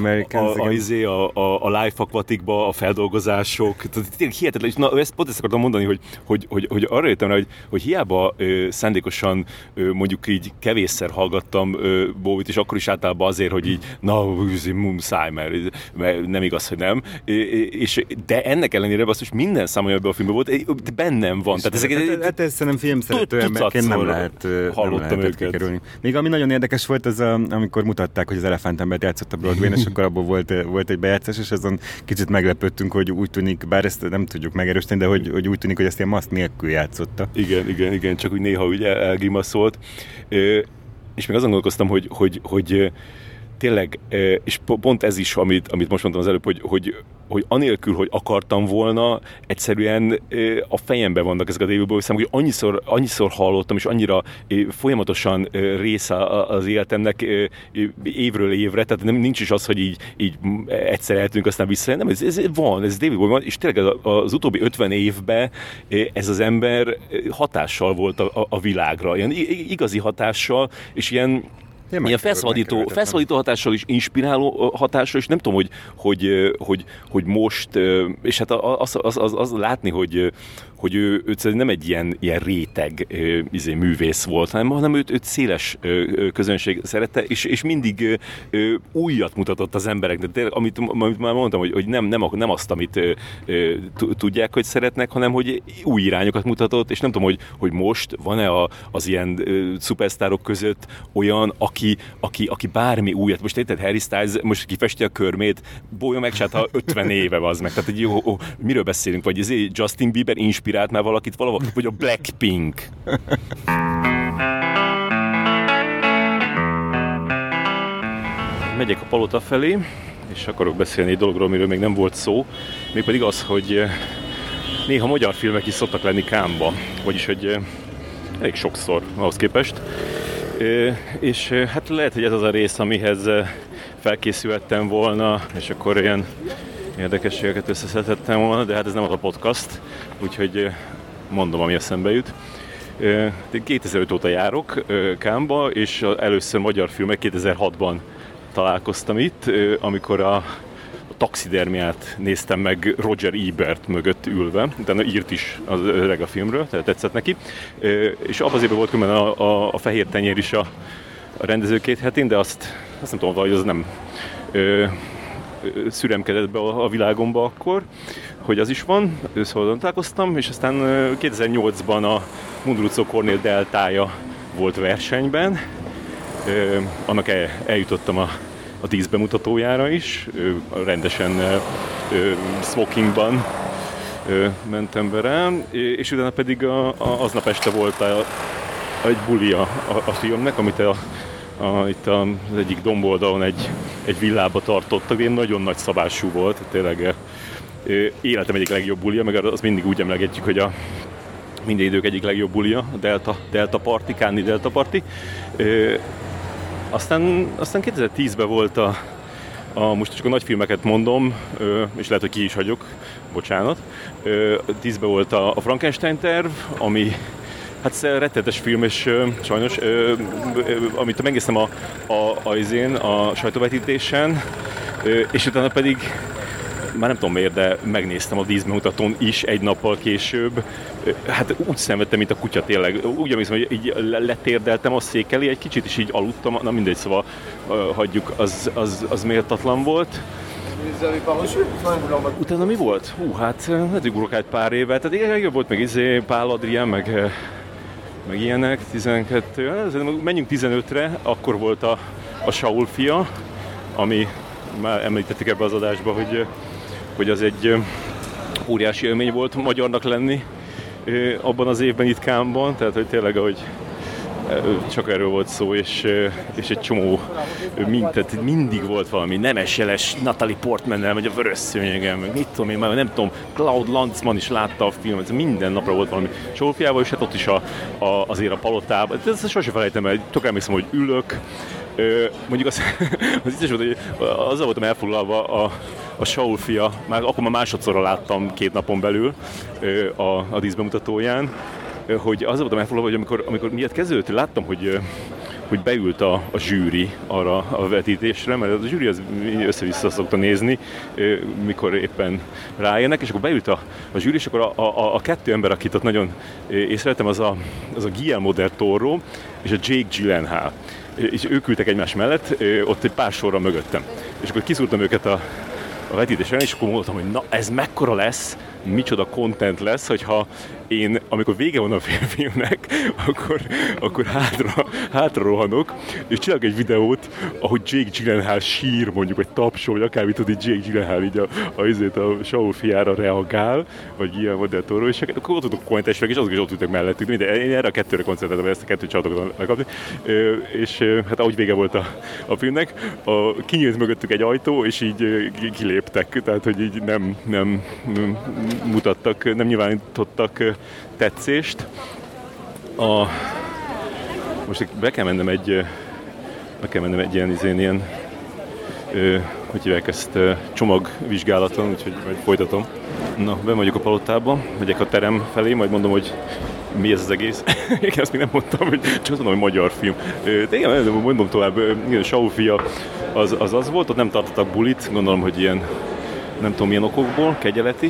Life Aquatic-ba a feldolgozások, tényleg hihetetlen, és na, ezt pont ezt akartam mondani, hogy arra jöttem rá, hogy hiába szándékosan mondjuk így kevésszer hallgattam Bowie-t, és akkor is általában azért, hogy így muszáj, mert nem igaz, hogy nem, de ennek ellenére basszus minden szám, ebben a filmben volt, bennem van. Tehát ez szerintem filmszerető emberként nem lehet hallottam őket. Kikerülni. Még ami nagyon érdekes volt, az amikor mutatták, hogy az Elefántembert játszott a Broadway-n, és akkor abból volt egy bejátszás, és azon kicsit meglepődtünk, hogy úgy tűnik, bár ezt nem tudjuk megerősíteni, de hogy úgy tűnik, hogy ezt ilyen maszk nélkül játszotta. Igen, csak úgy néha úgy elgrimaszolt. És még azon gondolkoztam, hogy tényleg, és pont ez is, amit most mondtam az előbb, hogy anélkül, hogy akartam volna, egyszerűen a fejemben vannak ezek a David Bowie számok, hogy annyiszor hallottam, és annyira folyamatosan része az életemnek évről évre, tehát nincs is az, hogy így egyszer eltűnünk, aztán visszajön, nem, ez van, ez David Bowie van, és tényleg az utóbbi 50 évben ez az ember hatással volt a világra, ilyen igazi hatással, és ilyen felszabadító hatással is, inspiráló hatással, és nem tudom, hogy most, és hát az látni, hogy ő nem egy ilyen réteg művész volt, hanem őt széles közönség szerette, és mindig újat mutatott az embereknek. De amit már mondtam, hogy nem azt, amit tudják, hogy szeretnek, hanem hogy új irányokat mutatott, és nem tudom, hogy most van-e az ilyen szupersztárok között olyan, aki bármi újat, most érted, Harry Styles most kifesti a körmét, Bowie megcsinálta 50 éve az meg, tehát jó, miről beszélünk, vagy Justin Bieber inspirált már valakit valahol, vagy a Blackpink. Megyek a palota felé, és akarok beszélni egy dologról, amiről még nem volt szó, mégpedig az, hogy néha magyar filmek is szoktak lenni Cannes-ba, vagyis hogy elég sokszor ahhoz képest. És hát lehet, hogy ez az a rész, amihez felkészülhettem volna, és akkor ilyen érdekességeket összeszedhettem volna, de hát ez nem az a podcast, úgyhogy mondom, ami eszembe jut. 2005 óta járok Cannes-ba, és először magyar filmek 2006-ban találkoztam itt, amikor a Taxidermiát néztem meg Roger Ebert mögött ülve, utána írt is az öreg a filmről, tehát tetszett neki. És abban az évben volt különben a Fehér Tenyér is a rendező 2 hetén, de azt nem tudom, hogy az nem szüremkedett be a világomba akkor, hogy az is van, szóval találkoztam, és aztán 2008-ban a Mundruczó Kornél Deltája volt versenyben, annak eljutottam a 10 bemutatójára is, rendesen smokingban mentem be rá, és utána pedig aznap este volt egy bulia a filmnek, amit itt az egyik domboldalon egy villába tartottak, ilyen nagyon nagy szabású volt, tényleg életem egyik legjobb bulia, meg az mindig úgy emlegetjük, hogy a minden idők egyik legjobb bulia, a Delta Party, Cannes-i Delta Party. Aztán 2010-ben volt most csak a nagy filmeket mondom, és lehet, hogy ki is hagyok, bocsánat. 10-ben volt a Frankenstein terv, ami hát rettenetes film, és sajnos, amit megnéztem a sajtóvetítésen, és utána pedig már nem tudom miért, de megnéztem a díszbemutatón is egy nappal később. Hát úgy szenvedtem, mint a kutya tényleg. Úgy emlékszem, hogy így letérdeltem a szék elé, egy kicsit is így aludtam, na mindegy, szóval hagyjuk, az méltatlan volt. Utána mi volt? Hát ugrok egy pár évet, tehát jobb volt meg Pál Adrián, meg ilyenek, 12, menjünk 15-re, akkor volt a Saul fia, ami már említették ebbe az adásba, hogy az egy óriási élmény volt magyarnak lenni abban az évben itt Cannes-ban, tehát hogy tényleg, ahogy csak erről volt szó, és egy csomó tehát mindig volt valami Nemes Jeles, Natalie Portmannel, vagy a Vörös Szőnyegen, meg mit tudom én, már nem tudom, Claude Lanzmann is látta a filmet, minden napra volt valami Sófiával, és hát ott is azért a palotában, ezt sosem felejtem el, tök emlékszem, hogy ülök, mondjuk az így volt, hogy azzal voltam elfoglalva a Saul fia, akkor már másodszorra láttam 2 napon belül a díszbemutatóján, hogy azzal voltam elfoglalva, hogy amikor miatt kezdődött, láttam, hogy beült a zsűri arra a vetítésre, mert a zsűri az össze-vissza szokta nézni, mikor éppen rájönnek, és akkor beült a zsűri, és akkor a 2 ember, akit ott nagyon észrevettem, az a Guillermo del Toro és a Jake Gyllenhaal. És ők ültek egymás mellett, ott egy pár sorra mögöttem. És akkor kiszúrtam őket a vetítésre, és akkor mondtam, hogy na, ez mekkora lesz, micsoda content lesz, hogyha én, amikor vége van a filmnek, akkor hátra rohanok, és csinálok egy videót, ahogy Jake Gyllenhaal sír, mondjuk, vagy tapsol, vagy akármit, hogy Jake Gyllenhaal így a Saul fiára reagál, vagy Guillermo del Toro, és akkor ott tudok kommentesek, és azok is ott ültek mellettük. De én erre a 2-re koncentráltam, ezt a 2 csatot megkapni. És hát ahogy vége volt a filmnek, kinyílt mögöttük egy ajtó, és így kiléptek, tehát hogy így nem mutattak, nem nyilvánítottak tetszést. Most be kell mennem egy ilyen hogy hívják ezt, csomagvizsgálaton, úgyhogy majd folytatom. Na, ben vagyok a palotába, megyek a terem felé, majd mondom, hogy mi ez az egész. Én ezt még nem mondtam, hogy csak azt mondom, hogy magyar film. Igen, mondom tovább, Saul fia az volt, ott nem tartottak bulit, gondolom, hogy ilyen nem tudom milyen okokból, kegyeleti,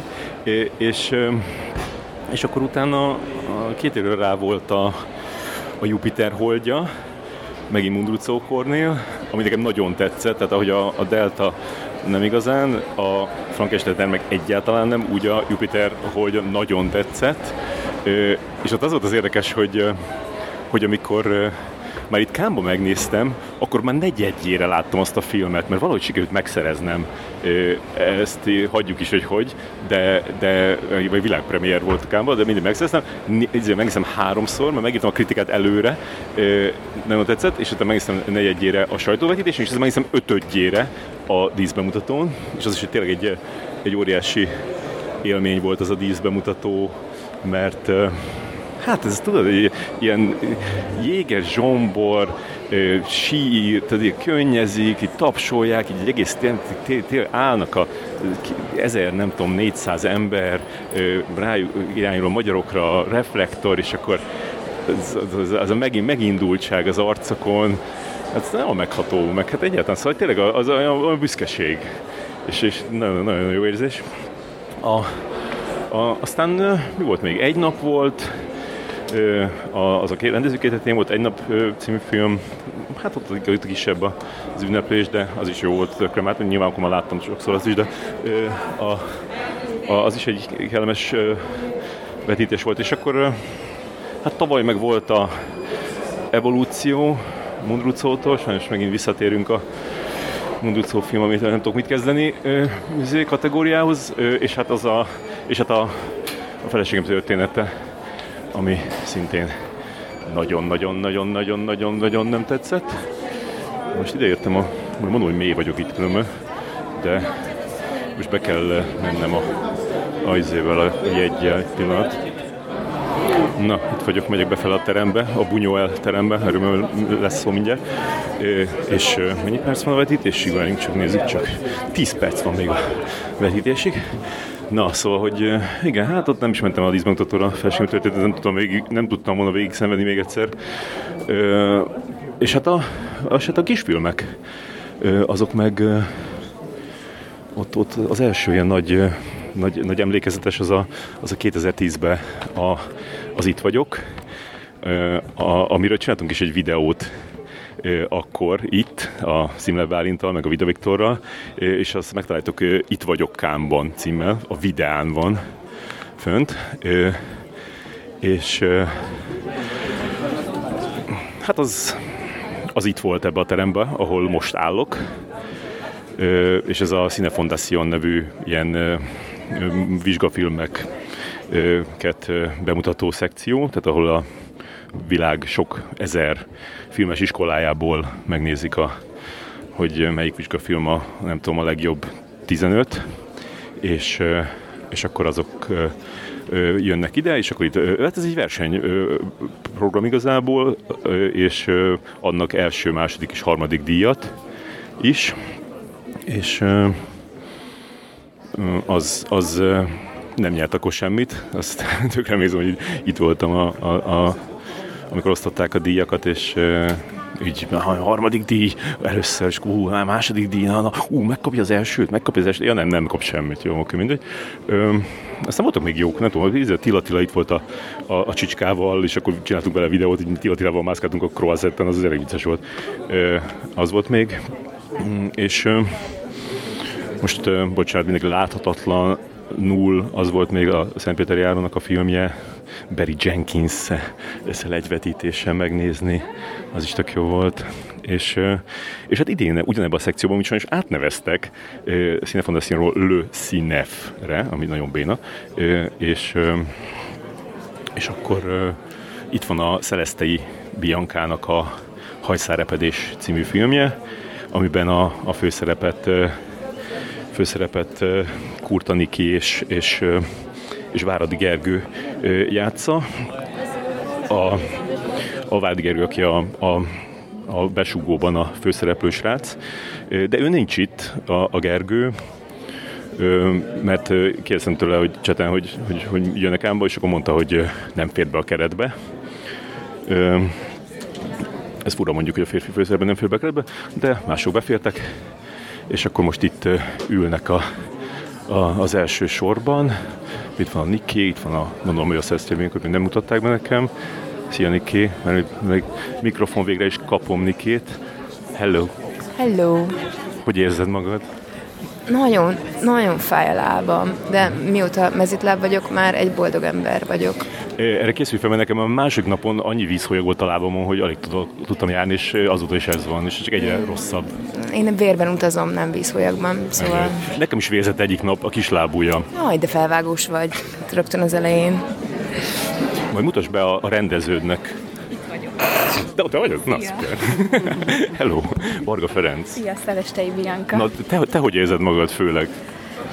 és akkor utána 2 évre rá volt a Jupiter holdja, megint Mundruczó Kornél, ami nekem nagyon tetszett, tehát ahogy a Delta nem igazán, a Frankenstein meg egyáltalán nem, úgy a Jupiter holdja nagyon tetszett, és ott az volt az érdekes, hogy amikor már itt Cannes-ban megnéztem, akkor már 4-1-ére láttam azt a filmet, mert valahogy sikerült megszereznem. Ezt hagyjuk is, hogy vagy világpremiér volt Cannes-ban, de mindig megszereztem. Megnéztem 3-szor, mert megírtam a kritikát előre, nagyon tetszett, és utána megnéztem 4-1-ére a sajtóvetítésen, és aztán megnéztem 5-5-ére a díszbemutatón, és az is tényleg egy óriási élmény volt az a díszbemutató, mert hát ez tudod, ilyen jéges zsombor, sír, könnyezik, így tapsolják, így egész állnak a 1400 ember, rájuk irányuló magyarokra a reflektor, és akkor az a megindultság az arcokon, hát nem megható, meg hát egyáltalán, szóval tényleg az a büszkeség, és nagyon jó érzés. Aztán mi volt még? Egy nap volt, az a rendezőkétetén volt Egy nap című film, hát ott kisebb az ünneplés, de az is jó volt tökre, mert nyilván akkor már láttam sokszor azt is, de az is egy kellemes vetítés volt, és akkor hát tavaly meg volt a Evolúció Mundruczótól, sajnos megint visszatérünk a Mundruczó film, amit nem tudok mit kezdeni kategóriához, és hát a feleségem története, ami szintén nagyon nem tetszett. Most ideértem mondom, hogy mély vagyok itt különben, de most be kell mennem a jeggyel egy pillanat. Na, itt vagyok, megyek befele a terembe, a Buñuel terembe, erről lesz szó mindjárt. És mennyi perc van a vetítésig? Várjunk, csak nézzük, csak 10 perc van még a vetítésig. Na, szóval, hogy igen, hát ott nem is mentem a díszbemutatóra, a felsőbb történetet nem tudtam volna végig szenvedni még egyszer. És hát a kisfilmek, azok meg ott az első ilyen nagy emlékezetes az a 2010-ben az Itt vagyok, amiről csináltunk is egy videót akkor itt, a Szimler Bálinttal, meg a Vida Viktorral, és azt megtaláltuk Itt vagyok Kámban címmel, a videán van fönt, és hát az itt volt ebbe a terembe, ahol most állok, és ez a Cinefondación nevű ilyen vizsgafilmeket bemutató szekció, tehát ahol a világ sok ezer filmes iskolájából megnézik, hogy melyik vizsgafilm a legjobb 15, és akkor azok jönnek ide, és akkor itt, hát ez egy versenyprogram igazából, és adnak első, második és harmadik díjat is, és az nem nyert akkor semmit, azt tök remélem, hogy itt voltam, amikor osztották a díjakat, és így a harmadik díj először, és második díj, megkapja az elsőt, ja nem kap semmit, jó, oké, mindegy. Aztán voltak még jók, nem tudom, Tila itt volt a csicskával, és akkor csináltunk vele videót, így Tilával mászkáltunk a croissetten, az elég vicces volt. Az volt még, és most, bocsánat, mindenki láthatatlanul, az volt még a Szentpéteri Áronnak a filmje, Barry Jenkins ezzel egy vetítéssel megnézni, az is tök jó volt. És hát idén ugyanebben a szekcióban, amit sajnos átneveztek Cinefondaciónról Le Cinef-re, ami nagyon béna, és akkor itt van a Szelesztei Biankának a Hajszárepedés című filmje, amiben a főszerepet Kurta Niki és Váradi Gergő játsza. A Váradi Gergő, aki a Besugóban a főszereplő srác, de ő nincs itt, a Gergő, mert kérdeztem tőle, hogy cseten, hogy jönnek ámba, és akkor mondta, hogy nem fér be a keretbe. Ez fura mondjuk, hogy a férfi főszerepben nem fér be a keretbe, de mások befértek, és akkor most itt ülnek az első sorban. Itt van a Niki, itt van mondom, hogy a szerzőtérvényeket még nem mutatták be nekem. Szia Niki, mert meg mikrofon végre is kapom Nikét. Hello! Hello! Hogy érzed magad? Nagyon, nagyon fáj a lábam, de mióta mezitláb vagyok, már egy boldog ember vagyok. Erre készülj fel, mert nekem a második napon annyi vízholyag volt a lábamon, hogy alig tudtam járni, és azóta is ez van, és csak egyre rosszabb. Én vérben utazom, nem vízholyagban, szóval... Nekem is vérzett egyik nap a kislábúja. Jaj, de felvágós vagy, rögtön az elején. Majd mutasd be a rendeződnek. De te vagyok? Na, szuper. Hello, Varga Ferenc. Szia, Szelestei Bianka. Na, te hogy érzed magad főleg?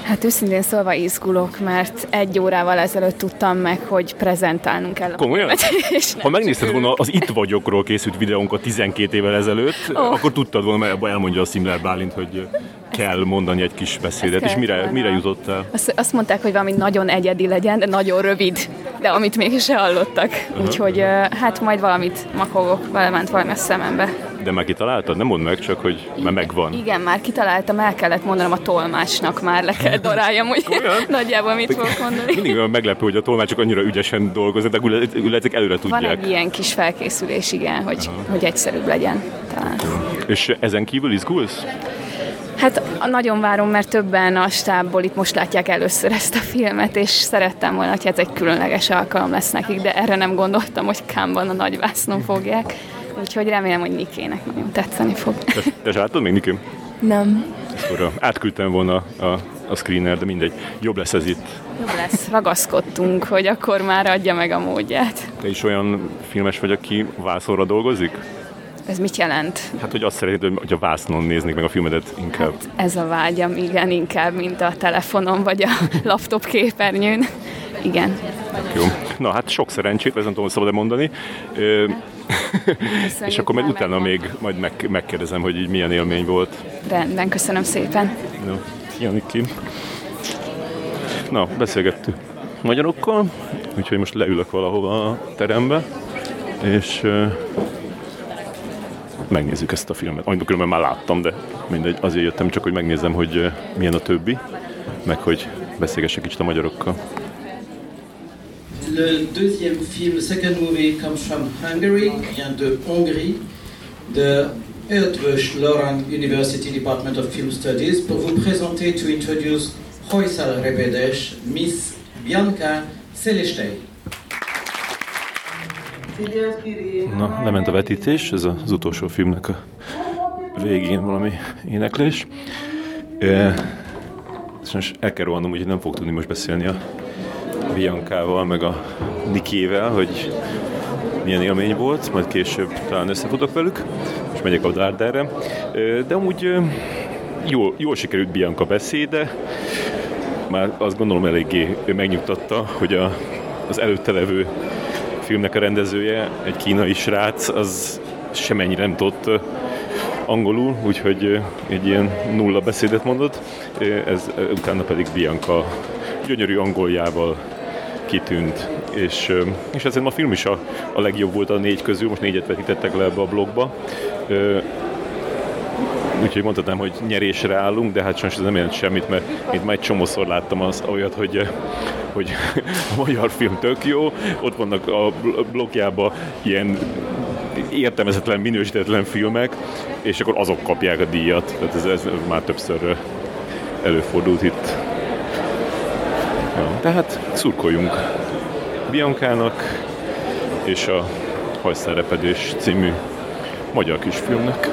Hát őszintén szólva izgulok, mert 1 órával ezelőtt tudtam meg, hogy prezentálnunk kell. Komolyan? Ha megnézted volna az Itt vagyokról készült videónkat 12 évvel ezelőtt, akkor tudtad volna, mert elmondja a Szimler Bálint, hogy kell mondani egy kis beszédet. És mire jutottál? Azt mondták, hogy valami nagyon egyedi legyen, de nagyon rövid, de amit mégis se hallottak. Úgyhogy hát majd valamit makogok, ment valami a szemembe. De már kitaláltad? Nem mondd meg, csak hogy már megvan. Igen, már kitaláltam, el kellett mondanom a tolmácsnak, már le kell daráljam, hogy nagyjából mit fogok mondani. Mindig olyan meglepő, hogy a tolmácsok annyira ügyesen dolgoznak, de illetve előre tudják. Van egy ilyen kis felkészülés, igen, hogy egyszerűbb legyen talán. És ezen kívül izgulsz? Hát nagyon várom, mert többen a stábból itt most látják először ezt a filmet, és szerettem volna, hogy ez egy különleges alkalom lesz nekik, de erre nem gondoltam, hogy Cannes-ban a nagyvásznon fogják. Úgyhogy remélem, hogy Nikének nagyon tetszeni fog. Te se láttad még, Nikém? Nem. Akkor átküldtem volna a screener, de mindegy. Jobb lesz ez itt. Jobb lesz. Ragaszkodtunk, hogy akkor már adja meg a módját. Te is olyan filmes vagy, aki vászonra dolgozik? Ez mit jelent? Hát, hogy azt szeretnéd, hogy a vásznon néznék meg a filmedet inkább. Hát ez a vágyam, igen, inkább, mint a telefonon vagy a laptop képernyőn. Igen. Jó. Na hát sok szerencsét, ez nem tudom, szabad-e mondani. És akkor majd utána majd megkérdezem, hogy így milyen élmény volt. Rendben, köszönöm szépen. No, szia, Niki. Na, beszélgettünk magyarokkal, úgyhogy most leülök valahova a terembe, és megnézzük ezt a filmet. Amit különben már láttam, de mindegy, azért jöttem csak, hogy megnézzem, hogy milyen a többi, meg hogy beszélgessek kicsit a magyarokkal. Le deuxième film, second movie, comes from Hungary, vient de Hongrie, de Eötvös Loránd University Department of Film Studies, pour vous présenter, to introduce Hojszál Rebedes, Miss Bianca Szelistei. Na, lement a vetítés, ez az utolsó filmnek a végén valami éneklés. És most el kell rohannom, úgyhogy nem fog tudni most beszélni a Biancával, meg a Nikével, hogy milyen élmény volt, majd később talán összefutok velük, és megyek a Dardenre. De amúgy jól sikerült Bianca beszéde, már azt gondolom eléggé megnyugtatta, hogy az előtte levő filmnek a rendezője, egy kínai srác, az semennyire nem tudott angolul, úgyhogy egy ilyen nulla beszédet mondott, utána pedig Bianca gyönyörű angoljával kitűnt, és ezért a film is a legjobb volt a 4 közül, most 4-et vetítettek le ebbe a blogba, úgyhogy mondhatnám, hogy nyerésre állunk, de hát sajnos ez nem jelent semmit, mert én már egy csomószor láttam olyat, hogy a magyar film tök jó, ott vannak a blokkjában ilyen értelmezetlen, minősítetlen filmek, és akkor azok kapják a díjat. Tehát ez már többször előfordult itt. Ja, tehát szurkoljunk Biancának és a Hajszálrepedés című magyar kisfilmnek.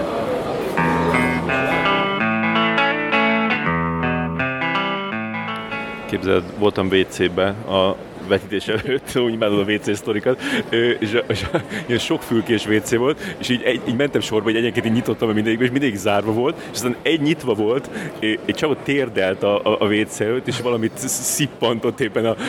Képzeld, voltam WC-be a vetítés előtt, úgy imádod a WC sztorikat, és ilyen sok fülkés WC volt, és így mentem sorba, hogy egyenként így nyitottam a mindegyikbe, és mindig zárva volt, és aztán egy nyitva volt, egy csávot térdelt a WC előtt, és valamit szippantott éppen a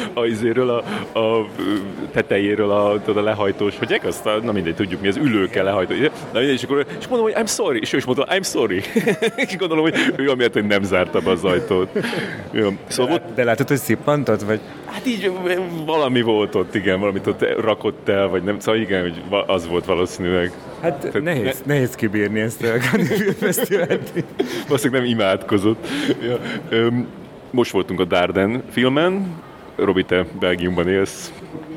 tetejéről a lehajtós, hogy aztán, na mindegy, tudjuk mi, az ülőkkel lehajtó. Na mindegy, és mondom, hogy I'm sorry, és ő is mondta, I'm sorry. És gondolom, hogy ő amiatt, hogy nem zárta be az ajtót. Ja. Szóval de látod, hogy szippantott, vagy? Hát így valami volt ott, igen, valamit ott rakott el, vagy nem, szóval igen, hogy az volt valószínűleg. Hát nehéz kibírni ezt a Cannes Fesztivált. Valószínűleg nem imádkozott. Ja. Most voltunk a Darden filmen. Robi, te Belgiumban élsz.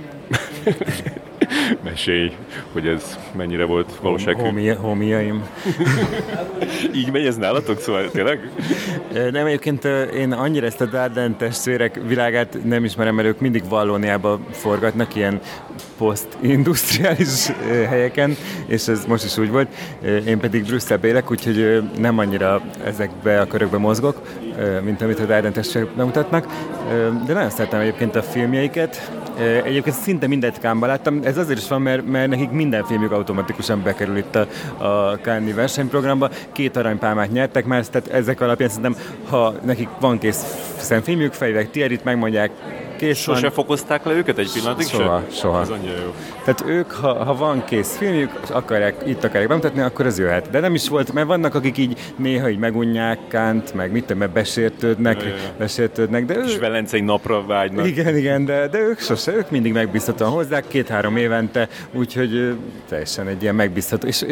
Mesélj, hogy ez mennyire volt valóságű. Homiaim. Így megy ez nálatok, szóval tényleg? Nem, egyébként én annyira ezt a Darden testvérek világát nem ismerem, mert ők mindig Vallóniába forgatnak ilyen posztindustriális helyeken, és ez most is úgy volt. Én pedig Brüsszelbe élek, úgyhogy nem annyira ezekbe a körökbe mozgok. mint amit a Darden testvérek bemutatnak, de nagyon szeretem egyébként a filmjeiket. Egyébként szinte mindent Cannes-ban láttam, ez azért is van, mert nekik minden filmjük automatikusan bekerül itt a Cannes-i versenyprogramba. 2 aranypálmát nyertek már, tehát ezek alapján szerintem, ha nekik van kész filmjük, fejvek Thierryt megmondják, kész Sose van. fokozták le őket egy pillanatig Soha. Ez annyira jó. Tehát ők, ha van kész filmjük, itt akarják bemutatni, akkor az jöhet. De nem is volt, mert vannak, akik így néha így megunják Cannes-t, meg mit tudom, mert besértődnek, de És Velencei napra vágynak. Igen, de ők mindig megbízhatóan hozzák, 2-3 évente, úgyhogy teljesen egy ilyen megbízható, és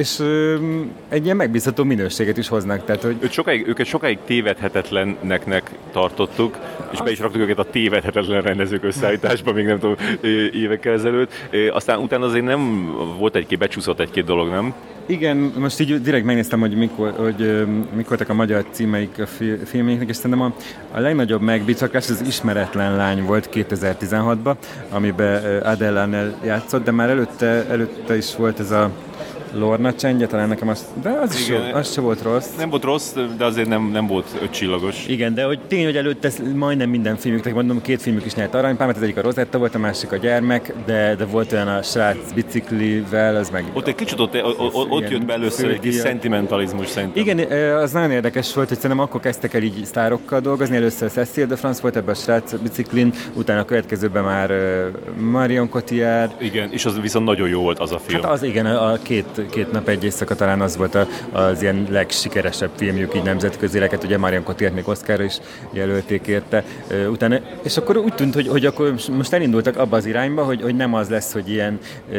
egy ilyen megbízható minőséget is hoznak. Tehát, hogy Őket sokáig tévedhetetlennek tartottuk, és be is raktuk őket a tévedhetetlen rendezők összeállításba, még nem tudom, évekkel ezelőtt. Aztán utána azért nem volt becsúszott egy-két dolog, nem? Igen, most így direkt megnéztem, hogy mik voltak a magyar címeik a filmjéknek, és szerintem a legnagyobb megbízaklás az Ismeretlen lány volt 2016-ban, amiben Adele játszott, de már előtte is volt ez a Lorna csendje, talán nekem de az sem volt rossz. Nem volt rossz, de azért nem volt 5 csillagos. Igen, de hogy tény, hogy előtte majdnem minden filmjük, mondom, 2 filmjük is nyert aranypálmát, az egyik a Rosetta volt, a másik a Gyermek, de volt olyan a Srác biciklivel, az meg... Ott egy kicsit ott jött be először egy kis szentimentalizmus szerintem. Igen, az nagyon érdekes volt, hogy szerintem akkor kezdtek el így sztárokkal dolgozni, először Cécile de France volt ebben a Srác biciklin, utána a következőben már Marion Cotillard. Igen, és az viszont nagyon jó volt az a film. Hát az igen, a két nap egy éjszaka talán az volt az ilyen legsikeresebb filmjük így nemzetközéleket, ugye Marion Cotillard még Oscarra is jelölték érte utána, és akkor úgy tűnt, hogy akkor most elindultak abba az irányba, hogy nem az lesz, hogy ilyen,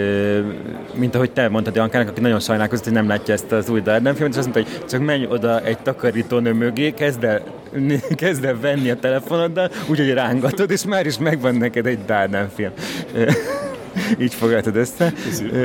mint ahogy te mondtad Jankának, aki nagyon sajnálkozott, hogy nem látja ezt az új Darden filmet, és azt mondta, hogy csak menj oda egy takarítónő mögé, kezd el venni a telefonoddal, úgyhogy rángatod, és már is megvan neked egy Darden film. Így fogadtad össze.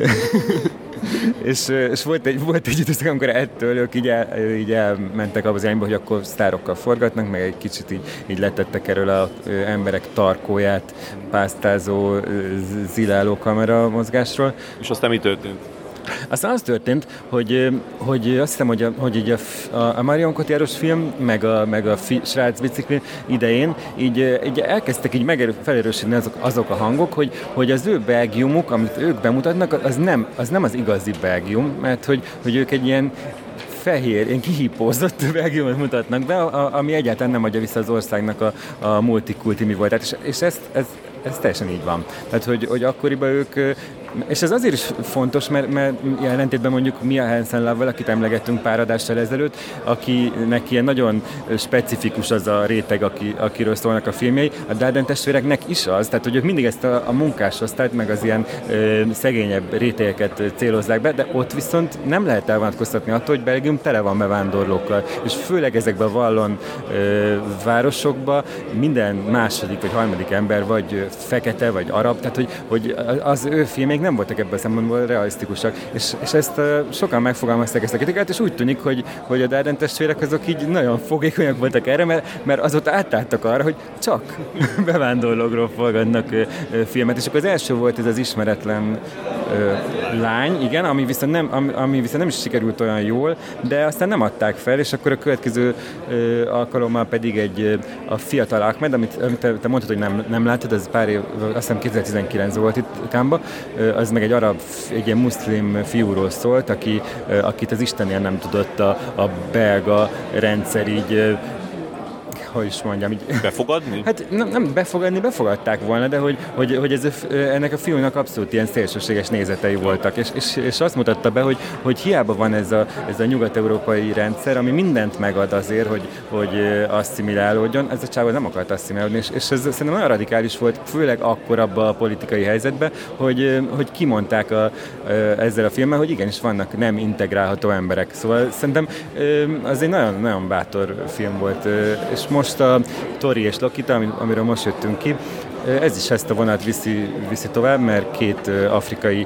És volt egy időszak, amikor ettől ők így elmentek abba az irányba, hogy akkor sztárokkal forgatnak, meg egy kicsit így letettek erről az emberek tarkóját pásztázó, ziláló kamera mozgásról. És aztán mi történt? Aztán az történt, hogy azt hiszem, hogy így a Marion Cotillard-os film, meg a Srác biciklin idején így elkezdtek így felerősödni azok a hangok, hogy az ő Belgiumuk, amit ők bemutatnak, az nem az igazi Belgium, mert hogy ők egy ilyen fehér, ilyen kihípózott Belgiumot mutatnak be, ami egyáltalán nem adja vissza az országnak a multikulti mi volt. És ez teljesen így van. Tehát, hogy akkoriban ők, és ez azért is fontos, mert ellentétben mondjuk Mia Hansen-Love-val, akit emlegettünk pár adással ezelőtt, akinek ilyen nagyon specifikus az a réteg, akiről szólnak a filmjei, a Darden testvéreknek is az, tehát hogy ők mindig ezt a munkásosztályt, meg az ilyen szegényebb rétegeket célozzák be, de ott viszont nem lehet elvonatkoztatni attól, hogy Belgium tele van bevándorlókkal, és főleg ezekben a vallon városokban minden második vagy harmadik ember vagy fekete, vagy arab, tehát hogy az ő filmjeik nem voltak ebből a szempontból realisztikusak, és ezt sokan megfogalmazták ezt a kritikát, és úgy tűnik, hogy a Darden testvérek azok így nagyon fogékonyak voltak erre, mert azóta átálltak arra, hogy csak bevándorlókról forgatnak filmet, és akkor az első volt ez az Ismeretlen lány, igen, ami viszont nem is sikerült olyan jól, de aztán nem adták fel, és akkor a következő alkalommal pedig a Fiatal Ahmed, amit te mondtad, hogy nem láttad, ez pár év, azt hiszem 2019 volt itt Cannes-ban, az meg egy ilyen muszlim fiúról szólt, akit az Istennél nem tudott a belga rendszer így, hogy is mondjam, így... Befogadni? Hát nem befogadni, befogadták volna, de hogy ennek a fiúnak abszolút ilyen szélsőséges nézetei voltak, és azt mutatta be, hogy hiába van ez a nyugat-európai rendszer, ami mindent megad azért, hogy asszimilálódjon, ez a csávó nem akart asszimilálódni, és ez szerintem olyan radikális volt, főleg akkor abban a politikai helyzetben, hogy kimondták ezzel a filmmel, hogy igenis vannak nem integrálható emberek. Szóval szerintem az egy nagyon, nagyon bátor film volt, és most a Tori és Lokita, amiről most jöttünk ki, ez is ezt a vonat viszi tovább, mert 2 afrikai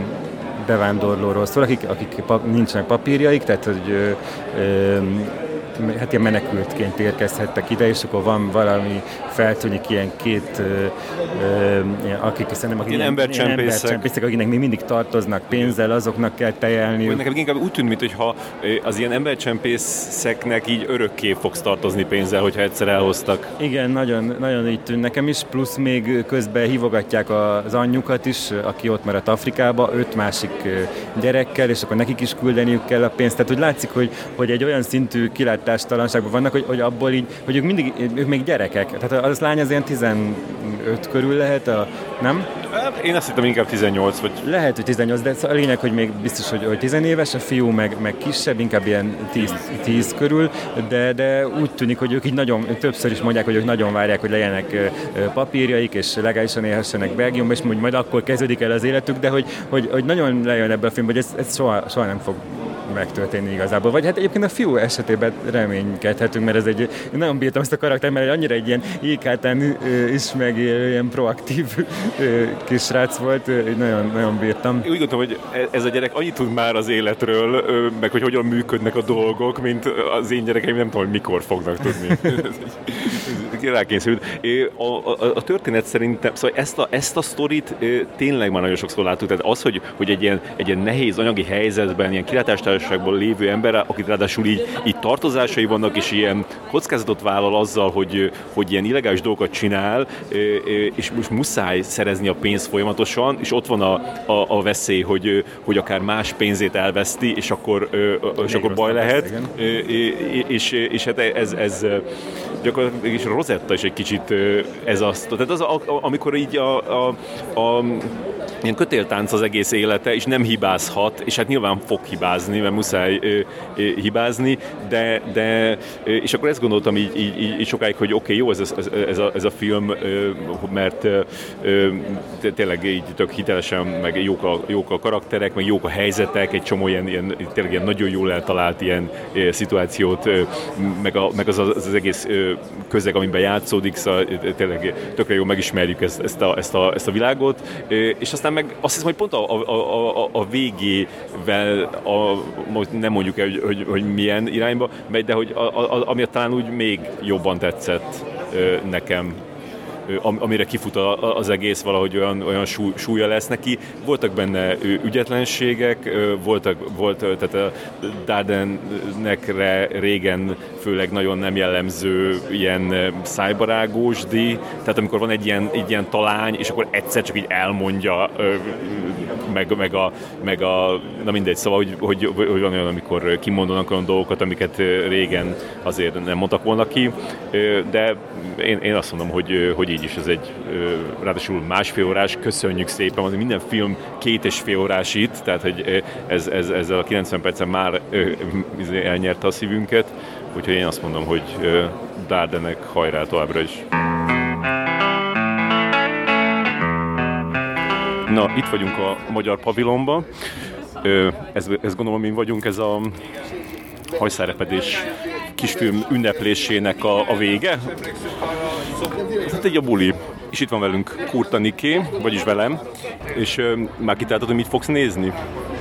bevándorlóról szól, akik nincsenek papírjaik, tehát hogy hát ilyen menekültként érkezhettek ide, és akkor van valami, feltűnik ilyen két, akik szerintem ilyen embercsempészek, akiknek még mindig tartoznak pénzzel, azoknak kell tejelni. Nekem inkább úgy tűnt, mintha az ilyen embercsempészeknek így örökké fogsz tartozni pénzzel, hogyha egyszer elhoztak. Igen, nagyon, nagyon így tűnt nekem is, plusz még közben hívogatják az anyjukat is, aki ott maradt Afrikába, 5 másik gyerekkel, és akkor nekik is küldeniük kell a pénzt. Tehát, hogy látszik, hogy egy olyan szintű kilátástalanságban vannak, hogy abból így, hogy ők még gyerekek. Tehát az lány az ilyen 15 körül lehet, nem? Én azt hittem inkább 18 vagy. Lehet, hogy 18, de a lényeg, hogy még biztos, hogy 10 éves, a fiú meg kisebb, inkább ilyen 10 körül, de úgy tűnik, hogy ők így nagyon, többször is mondják, hogy ők nagyon várják, hogy legyenek papírjaik, és legálisan élhessenek Belgiumban, és majd akkor kezdődik el az életük, de hogy nagyon lejön ebből a filmben, hogy ez soha nem fog megtörténni igazából. Vagy hát egyébként a fiú esetében reménykedhetünk, mert én nagyon bírtam ezt a karaktert, mert annyira egy ilyen éghátán is megélő, ilyen proaktív kisrác volt, nagyon, nagyon bírtam. Én úgy gondolom, hogy ez a gyerek annyit tud már az életről, meg hogy hogyan működnek a dolgok, mint az én gyerekeim, nem tudom, hogy mikor fognak tudni. Rákényszerült. A történet szerintem, szóval ezt a sztorit tényleg már nagyon sokszor láttuk, tehát az, hogy egy ilyen nehéz anyagi helyzetben, ilyen kilátástársságból lévő ember, akit ráadásul így tartozásai vannak, és ilyen kockázatot vállal azzal, hogy ilyen illegális dolgokat csinál, és most muszáj szerezni a pénzt folyamatosan, és ott van a veszély, hogy akár más pénzét elveszti, és akkor baj lehet. És hát ez gyakorlatilag is Rosetta is egy kicsit ez azt. Tehát az, amikor így ilyen kötéltánc az egész élete, és nem hibázhat, és hát nyilván fog hibázni, mert muszáj hibázni, de és akkor ezt gondoltam így sokáig, hogy oké, jó ez a film, mert tényleg így tök hitelesen, meg jók a karakterek, meg jók a helyzetek, egy csomó ilyen tényleg ilyen nagyon jól eltalált ilyen szituációt, meg az egész közeg, amiben játszódik, szóval tényleg tökre jól megismerjük ezt a világot, és aztán meg azt hiszem, hogy pont a végével, nem mondjuk el, hogy milyen irányba megy, de hogy amiért talán úgy még jobban tetszett nekem, amire kifut az egész, valahogy olyan súlya lesz neki. Voltak benne ügyetlenségek, tehát a Dardenekre régen főleg nagyon nem jellemző ilyen szájbarágósdi, tehát amikor van egy ilyen talány, és akkor egyszer csak így elmondja, meg a na mindegy, szóval, hogy van olyan, amikor kimondanak olyan dolgokat, amiket régen azért nem mondtak volna ki, de én azt mondom, hogy így is ez egy ráadásul 1,5 órás, köszönjük szépen, az minden film 2,5 órás itt, tehát hogy ezzel a 90 percen már elnyerte a szívünket, úgyhogy én azt mondom, hogy Dardenek hajrá továbbra is. Na, itt vagyunk a Magyar Pavilonban. Ez gondolom, mi vagyunk, ez a hajszárepedés kisfilm ünneplésének a vége. Ez egy a buli. És itt van velünk Kurta Niké, vagyis velem, és már kitáltad, hogy mit fogsz nézni?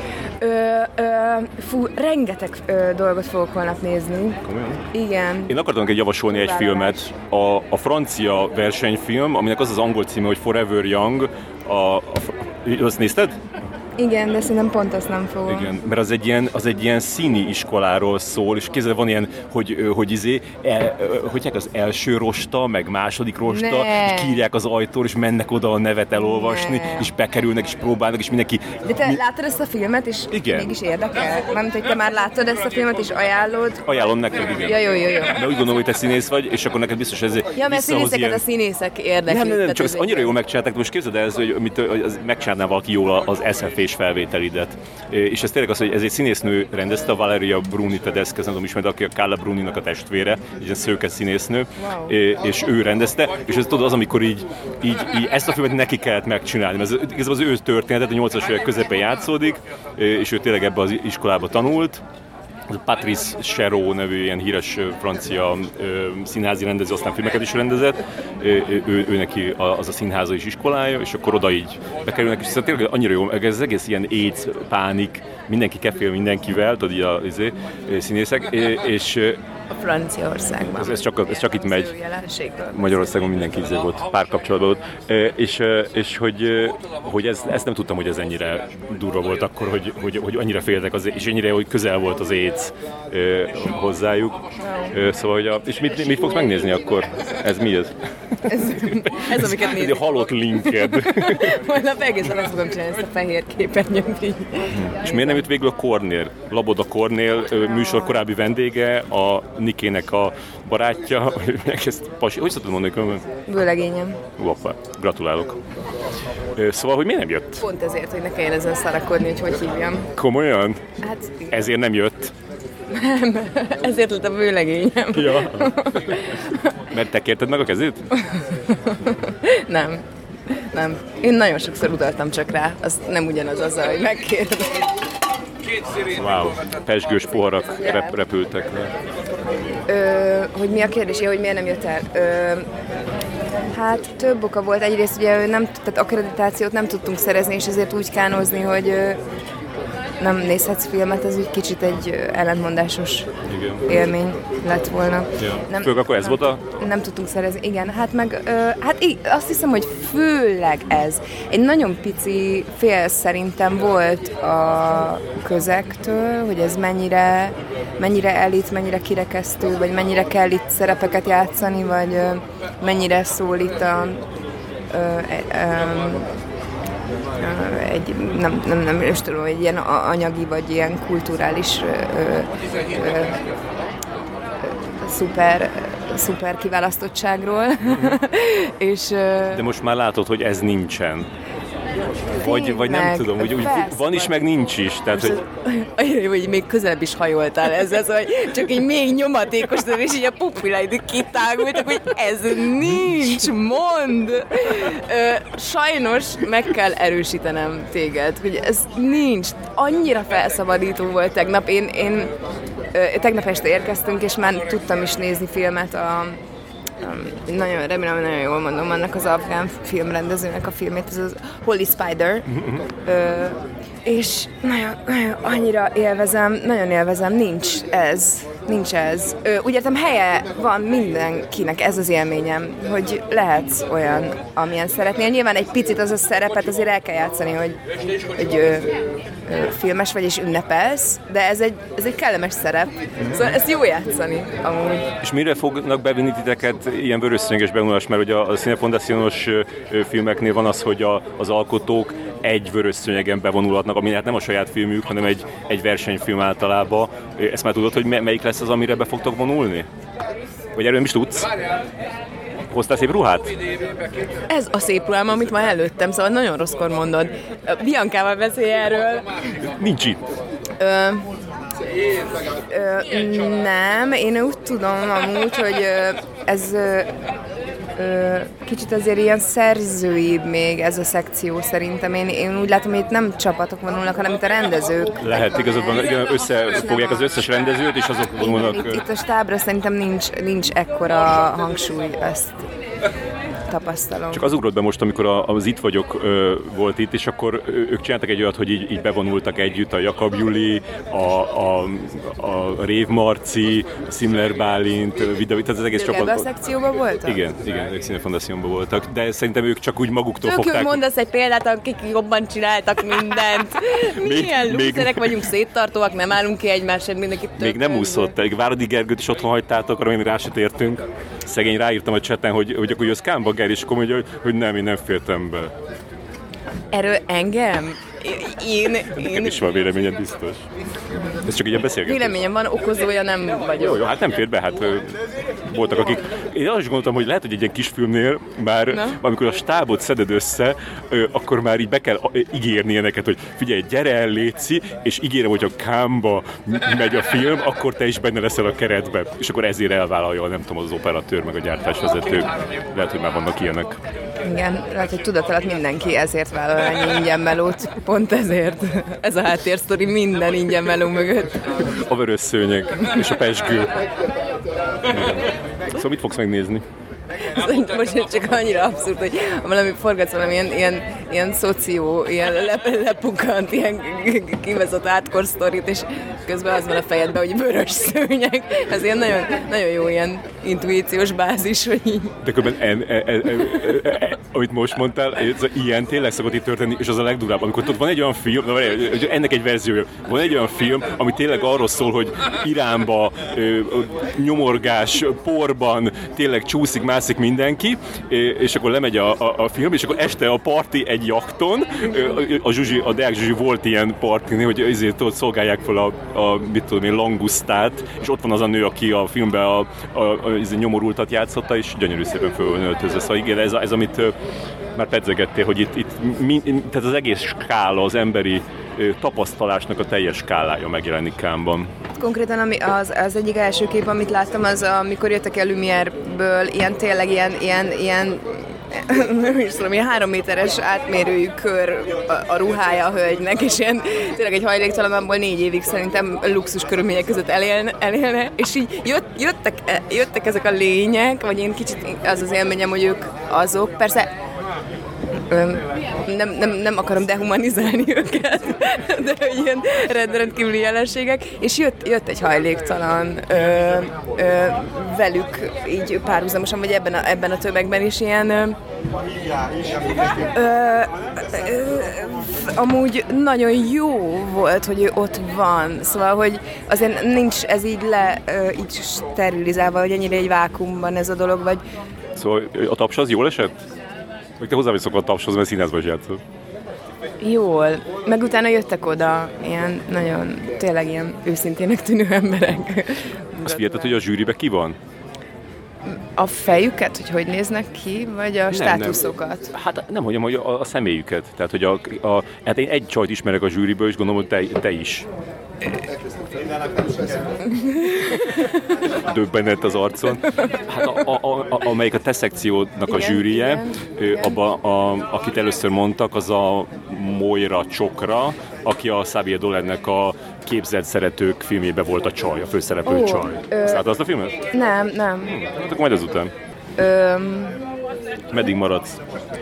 Rengeteg dolgot fogok holnap nézni. Komolyan? Igen. Én akartam javasolni egy filmet, a francia versenyfilm, aminek az angol címe, hogy Forever Young. Azt nézted? Igen, de szerintem pont azt nem fogom. Igen, mert az egy ilyen színi iskoláról szól, és kézzel van ilyen, hogy az első rosta, meg második rosta, és kiírják az ajtór, és mennek oda a nevet elolvasni, és bekerülnek, és próbálnak, és mindenki... De te láttad ezt a filmet, és mégis érdekel? Mármint, hogy te már láttad ezt a filmet, és ajánlod? Ajánlom neked, igen. Ja, jó. De úgy gondolom, hogy te színész vagy, és akkor neked biztos ez ja, mert színészeket a színészek érdeklik. Nem, csak ezt annyira jól megcsinálták, most képzeld el, hogy megcsinálná valaki jól az SFP felvételidet. És ez tényleg az, hogy ez egy színésznő rendezte, a Valeria Bruni Tedeschi, nem tudom ismerni, aki a Carla Bruninak a testvére, egy szőke színésznő, és ő rendezte, és ez tudod az, amikor így ezt a filmet neki kellett megcsinálni. Ez igazából az ő történetet, a 80-as évek közepén játszódik, és ő tényleg ebbe az iskolába tanult. Patrice Chéreau nevű ilyen híres francia színházi rendező, aztán filmeket is rendezett. Ő neki az a színháza is iskolája, és akkor oda így bekerülnek, és tényleg annyira jó, ez egész ilyen AIDS, pánik, mindenki kefél mindenkivel, tudod így a színészek, és A Franciaországban. Ez csak itt megy. Magyarországon mindenki volt párkapcsolatban ott. És hogy ezt nem tudtam, hogy ez ennyire durva volt akkor, hogy annyira féltek, és ennyire hogy közel volt az AIDS hozzájuk. Szóval, hogy és mit fogsz megnézni akkor? Ez mi ez? Ez amiket nézni. Halott linked. Holnap egészen meg fogom csinálni ezt a fehér képernyőt. És miért nem jött végül a Kornél? Laboda Kornél műsor korábbi vendége, a Nikének a barátja, ezt pasi, hogy szoktam mondani különben? Vőlegényem. Hoppá, gratulálok. Szóval, hogy miért nem jött? Pont ezért, hogy ne kelljen ezen szarakodni, hogy hívjam. Komolyan? Hát ezért nem jött? Nem, ezért lett a vőlegényem. Ja. Mert te kérted meg a kezét? Nem. Én nagyon sokszor utaltam csak rá, az nem ugyanaz azzal, hogy megkérd. Wow, pesgős poharak repültek le. Hogy mi a kérdés, hogy miért nem jött el? Hát több oka volt. Egyrészt ugye tehát akkreditációt nem tudtunk szerezni, és ezért úgy kánozni, hogy nem nézhetsz filmet, ez úgy kicsit egy ellentmondásos élmény lett volna. Ja. Főleg akkor ez volt a... Nem tudtunk szerezni, igen. Hát meg, azt hiszem, hogy főleg ez. Egy nagyon pici fél szerintem volt a közektől, hogy ez mennyire elit, mennyire kirekesztő, vagy mennyire kell itt szerepeket játszani, vagy mennyire szól itt nem is tudom, egy ilyen anyagi vagy ilyen kulturális szuper kiválasztottságról. És, de most már látod, hogy ez nincsen. Vagy nem tudom, hogy úgy van is, meg nincs is. Tehát, hogy még közelebb is hajoltál ezzel, hogy csak így még nyomatékos, és így a pupillaid kitágultak, hogy ez nincs, mondd! Sajnos meg kell erősítenem téged, hogy ez nincs. Annyira felszabadító volt tegnap. Én tegnap este érkeztünk, és már tudtam is nézni filmet nagyon remélem, hogy nagyon jól mondom, annak az afgán filmrendezőnek a filmét, ez az Holy Spider, és nagyon annyira élvezem, nincs ez. Úgy értem, helye van mindenkinek, ez az élményem, hogy lehetsz olyan, amilyen szeretnél. Nyilván egy picit az a szerepet azért el kell játszani, hogy filmes vagy és ünnepelsz, de ez egy kellemes szerep. Szóval ezt jó játszani amúgy. És mire fognak bevinni titeket ilyen vörösszőnyös bevonulás, mert ugye a Cinefondacionos filmeknél van az, hogy az alkotók egy vörösszőnyegen bevonulhatnak, ami hát nem a saját filmük, hanem egy versenyfilm általában. Ezt már tudod, hogy melyik lesz az, amire be fogtok vonulni? Vagy erről nem is tudsz? Hoztál szép ruhát? Ez a szép ruhám, amit ma előttem, szóval nagyon rosszkor mondod. Biancával beszélj erről. Nincs itt. Nem, én úgy tudom amúgy, hogy ez kicsit azért ilyen szerzőibb még ez a szekció szerintem. Én úgy látom, hogy itt nem csapatok vonulnak, hanem itt a rendezők. Lehet, igazad van, összefogják az összes rendezőt, és azok vonulnak. Itt a stábra szerintem nincs ekkora hangsúly, ezt tapasztalom. Csak az ugrott be most, amikor az Itt vagyok volt itt, és akkor ők csináltak egy olyat, hogy így bevonultak együtt a Jakab Juli, a Rév Marci, a Szimler Bálint, tehát az egész csapat. Ebben a szekcióban voltak? Igen, ők Cinefondacionban voltak, de szerintem ők csak úgy maguktól fogták. Ők mondasz egy példát, akik jobban csináltak mindent. Milyen lúzerek vagyunk, széttartóak, nem állunk ki egymásért, mindenki még nem úszott, Váradi Gergőt is otthon hagytátok, arra még rá se tértünk. Szegény ráírtam a chaten, hogy akkor jössz Kámbager, és akkor mondja, hogy nem, én nem féltem be. Erről engem? Neked is van véleményed, biztos. Ez csak így a beszélgetés. Véleményem van, okozója nem vagyok. Jó, hát nem fér be, hát voltak akik... Én azt is gondoltam, hogy lehet, hogy egy ilyen kis filmnél már, amikor a stábot szeded össze, akkor már így be kell ígérni ilyeneket, hogy figyelj, gyere el, létszi, és ígérem, hogy ha Kámba megy a film, akkor te is benne leszel a keretbe. És akkor ezért elvállalja, nem tudom, az operatőr, meg a gyártásvezető. Lehet, hogy már vannak ilyenek. Igen, lehet, hogy tudat alatt mindenki ezért vállal ennyi ingyen melót. Pont ezért. Ez a háttérsztori minden ingyen meló mögött. A vörös szőnyeg és a pezsgő. Szóval mit fogsz megnézni? Most csak annyira abszurd, hogy valami forgatsz valami ilyen ilyen szoció, ilyen lepukkant, ilyen kivezott átkor sztorit, és közben az van a fejedben, hogy vörös szőnyeg. Ez ilyen nagyon, nagyon jó ilyen intuíciós bázis, hogy így. De különben amit most mondtál, ez ilyen tényleg szokott itt történni, és az a legdurább, amikor ott van egy olyan film, ennek egy verziója, van egy olyan film, ami tényleg arról szól, hogy Iránba nyomorgás, porban tényleg csúszik, mászik mindenki, és akkor lemegy a film, és akkor este a parti egy jachton, a Deák Zsuzsi volt ilyen partin, hogy ezért ott szolgálják fel a mit tudom én, langusztát, és ott van az a nő, aki a filmben a nyomorultat játszotta, és gyönyörű szépen föl van öltözve. Szóval igen, ez amit már pedzegettél, hogy itt tehát az egész skála, az emberi tapasztalásnak a teljes skálája megjelenik Cannes-ban. Konkrétan az egyik első kép, amit láttam, az amikor jöttek el Lumière-ből, ilyen tényleg ilyen nem is tudom, ilyen 3 méteres átmérőjű kör a ruhája a hölgynek, és ilyen tényleg egy hajléktalanabból 4 évig szerintem luxus körülmények között elélne, és így jöttek ezek a lények, vagy én kicsit az az élményem, hogy ők azok, persze nem akarom dehumanizálni őket, de ilyen rendkívüli jelenségek, és jött egy hajléktalan velük így párhuzamosan, vagy ebben a tömegben is ilyen amúgy nagyon jó volt, hogy ő ott van, szóval, hogy azért nincs ez így így sterilizálva, hogy ennyire egy vákuumban ez a dolog, vagy... Szóval a taps az jól esett? Vagy te hozzá vagy szokott tapshoz, mert színházban is játszol? Jól. Meg utána jöttek oda ilyen nagyon, tényleg ilyen őszintének tűnő emberek. Azt figyelted, hogy a zsűribe ki van? A fejüket, hogy néznek ki, vagy a státuszokat? Nem. Hát nem, hogy a személyüket. Tehát, hogy hát én egy csajt ismerek a zsűriből, és gondolom, hogy te is. Döbbenett az arcon. Hát amelyik a te szekciódnak a zsűrije, akit először mondtak, az a Moira Chokra, aki a Xavier Dolannek a Képzelt szeretők filmjében volt a csaj, a főszereplő csaj. Láttad azt a filmet? Nem. Hát akkor majd ezután. Meddig maradsz?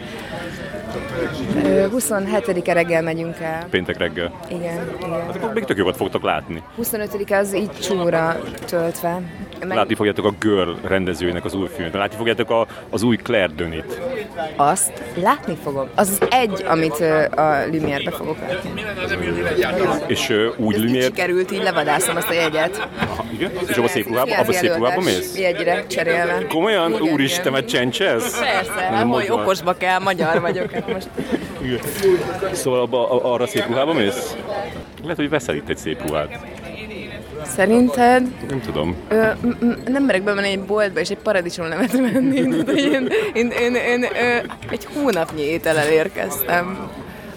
27-e reggel megyünk el. Péntek reggel? Igen. Hát akkor még tök jókat fogtok látni. 25-e az így csúra töltve. Látni fogjátok a Girl rendezőjének az új filmet. Látni fogjátok az új Claire Denis-t. Azt látni fogom. Az egy, amit a Lumière-be fogok látni. És úgy Lumière... sikerült, így levadászom azt a jegyet. Aha, igen? És abban a szép ruhában mész? Jegyre cserélve. Komolyan? Úristen, mert csencsez? Persze, hogy okosba kell, magyar vagyok most. Igen. Szóval arra szép ruhába mész? Lehet, hogy veszel itt egy szép ruhát. Szerinted? Nem tudom. Nem merek bemenni egy boltba és egy paradicsomlevet venni. Én egy hónapnyi étellel érkeztem.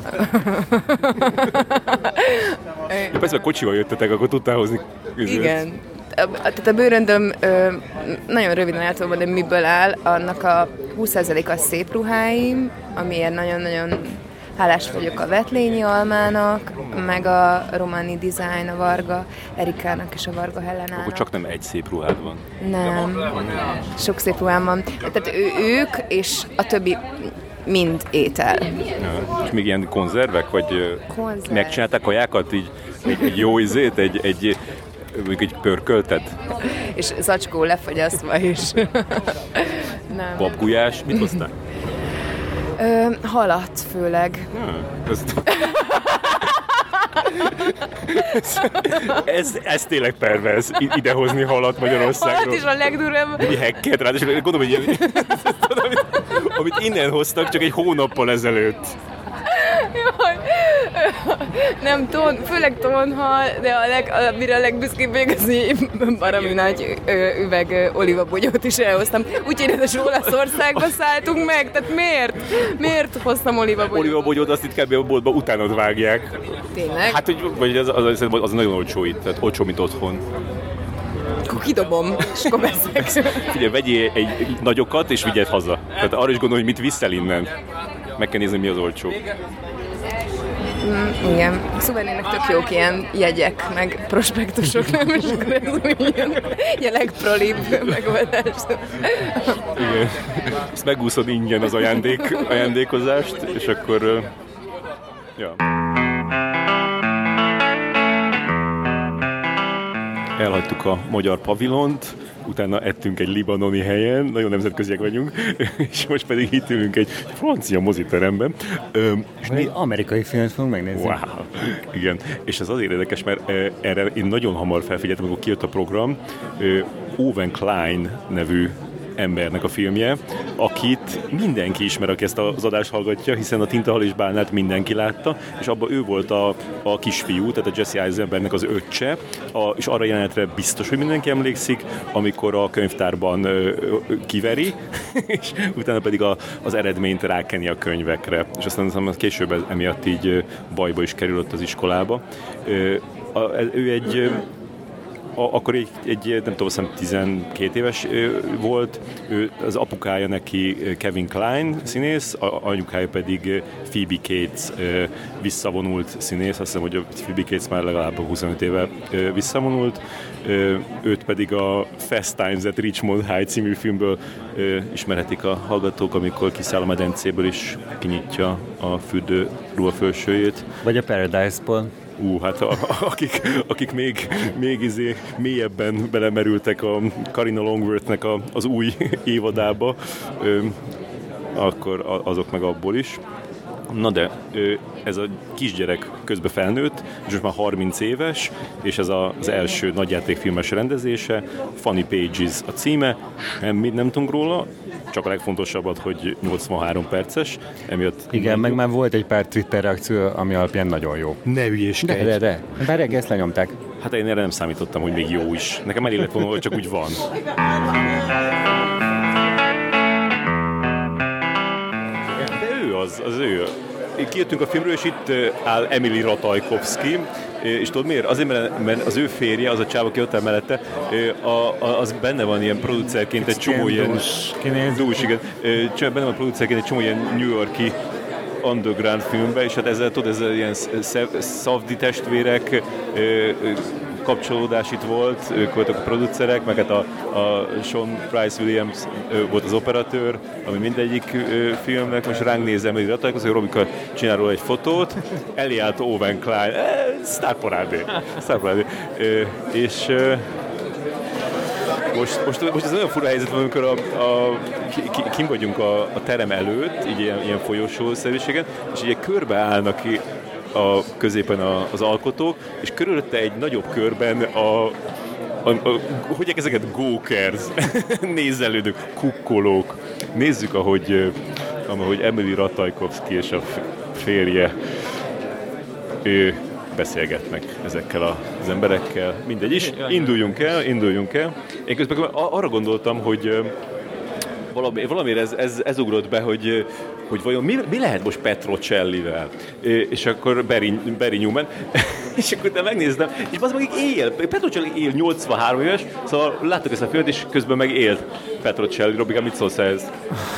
Persze, a kocsival jöttetek, akkor tudtál hozni. Igen. Tehát a bőröndöm nagyon röviden el tudom mondani, miből áll. Annak a 20%-a szép ruháim, amiért nagyon-nagyon hálás vagyok a Vetlényi Almának, meg a Romani Design, a Varga Erikának és a Varga Hellenának. Akkor csak nem egy szép ruhád van? Nem. Sok szép ruhám van. Tehát ők és a többi mind étel. Ja. És még ilyen konzervek? Vagy megcsinálták kajákat? Így egy jó ízét? Egy pörköltet? És zacskó lefagyasztva is. Nem. Babgulyás? Mit hoztál? Halat főleg. Ez tényleg pervers, idehozni halat Magyarországról. Halat is a legdurvább. Mi hekket rá, és gondolom, hogy ilyen, amit innen hoztak csak egy hónappal ezelőtt. Jaj. Nem, főleg tonhal, de amire a legbüszkébb vagyok, az így baromi nagy üveg olivabogyót is elhoztam. Úgyhogy ez Olaszországba szálltunk meg, tehát miért hoztam olivabogyót? Olivabogyót azt itt kb. A boltba utánad vágják. Tényleg? Hát, hogy az nagyon olcsó itt, tehát olcsó, mint otthon. Akkor kidobom, és akkor veszek. Figyelj, vegyél egy nagyokat, és vigyed haza. Tehát arra is gondolj, hogy mit viszel innen. Meg kell nézni, mi az olcsó. Igen. Szuverének tök jók ilyen jegyek, meg prospektusok, nem? És akkor ez ilyen legprolibb megoldás. Igen. Ezt megúszod ingyen az ajándékozást, és akkor... Ja. Elhagytuk a magyar pavilont, utána ettünk egy libanoni helyen, nagyon nemzetköziek vagyunk, és most pedig itt ülünk egy francia moziteremben. És mi amerikai filmet fogunk megnézni. Wow. Igen, és ez azért érdekes, mert erre én nagyon hamar felfigyeltem, amikor kijött a program, Owen Klein nevű embernek a filmje, akit mindenki ismer, aki ezt az adást hallgatja, hiszen a Tintahal és Bálnát mindenki látta, és abban ő volt a kisfiú, tehát a Jesse Eisenbergnek az öccse, és arra jelenetre biztos, hogy mindenki emlékszik, amikor a könyvtárban kiveri, és utána pedig az eredményt rákeni a könyvekre. És aztán később emiatt így bajba is került az iskolába. Ő egy akkor egy nem tudom, azt hiszem 12 éves volt, az apukája neki Kevin Kline színész, anyukája pedig Phoebe Cates visszavonult színész, azt hiszem, hogy a Phoebe Cates már legalább 25 éve visszavonult, őt pedig a Fast Times at Richmond High című filmből ismerhetik a hallgatók, amikor kiszáll a medencéből és kinyitja a fürdőruha fölsőjét. Vagy a Paradise-ból. Hát akik még mélyebben belemerültek a Karina Longworthnek az új évadába, akkor azok meg abból is. Na de ez a kisgyerek közben felnőtt, és most már 30 éves, és ez az első nagyjátékfilmes rendezése, Funny Pages a címe, semmit nem tudunk róla, csak a legfontosabbat, hogy 83 perces, emiatt... Igen, meg már volt egy pár Twitter reakció, ami alapján nagyon jó. Ne hülyéskedj! De. Bár reggel ezt lenyomták. Hát én erre nem számítottam, hogy még jó is. Nekem elég lett volna, hogy csak úgy van. De ő az ő. Kijöttünk a filmről, és itt áll Emily Ratajkowski, és tudod miért? Azért, mert az ő férje, az a csáv, aki ott áll mellette, az benne van ilyen producerként egy csomó ilyen... Dús, igen. Benne van producerként egy csomó ilyen New York-i underground filmbe, és hát ezzel tudod, ez ilyen Safdie testvérek kapcsolódás itt volt, ők voltak a producerek, meg hát a Sean Price Williams volt az operatőr, ami mindegyik filmnek, most ránk nézem, hogy Ratajkowski, Robika csinál róla egy fotót, elé állt Owen Klein, sztárparádé. És most ez olyan fura helyzet van, amikor kim vagyunk a terem előtt, így ilyen folyosószerűségen, és így körbeállnak ki a középen az alkotók, és körülötte egy nagyobb körben hogy ezeket gokers, nézelődők, kukkolók. Nézzük, ahogy Emily Ratajkowski és a férje beszélgetnek ezekkel az emberekkel. Mindegy is. Induljunk el. Én közben arra gondoltam, hogy valamiért ez ugrott be, hogy vajon mi lehet most Petrocellivel? És akkor Barry Newman, és akkor te megnéztem, és az meg él. Petrocelli él 83 éves, szóval láttuk ezt a filmet, és közben meg élt Petrocelli. Robika, mit szólsz ehhez?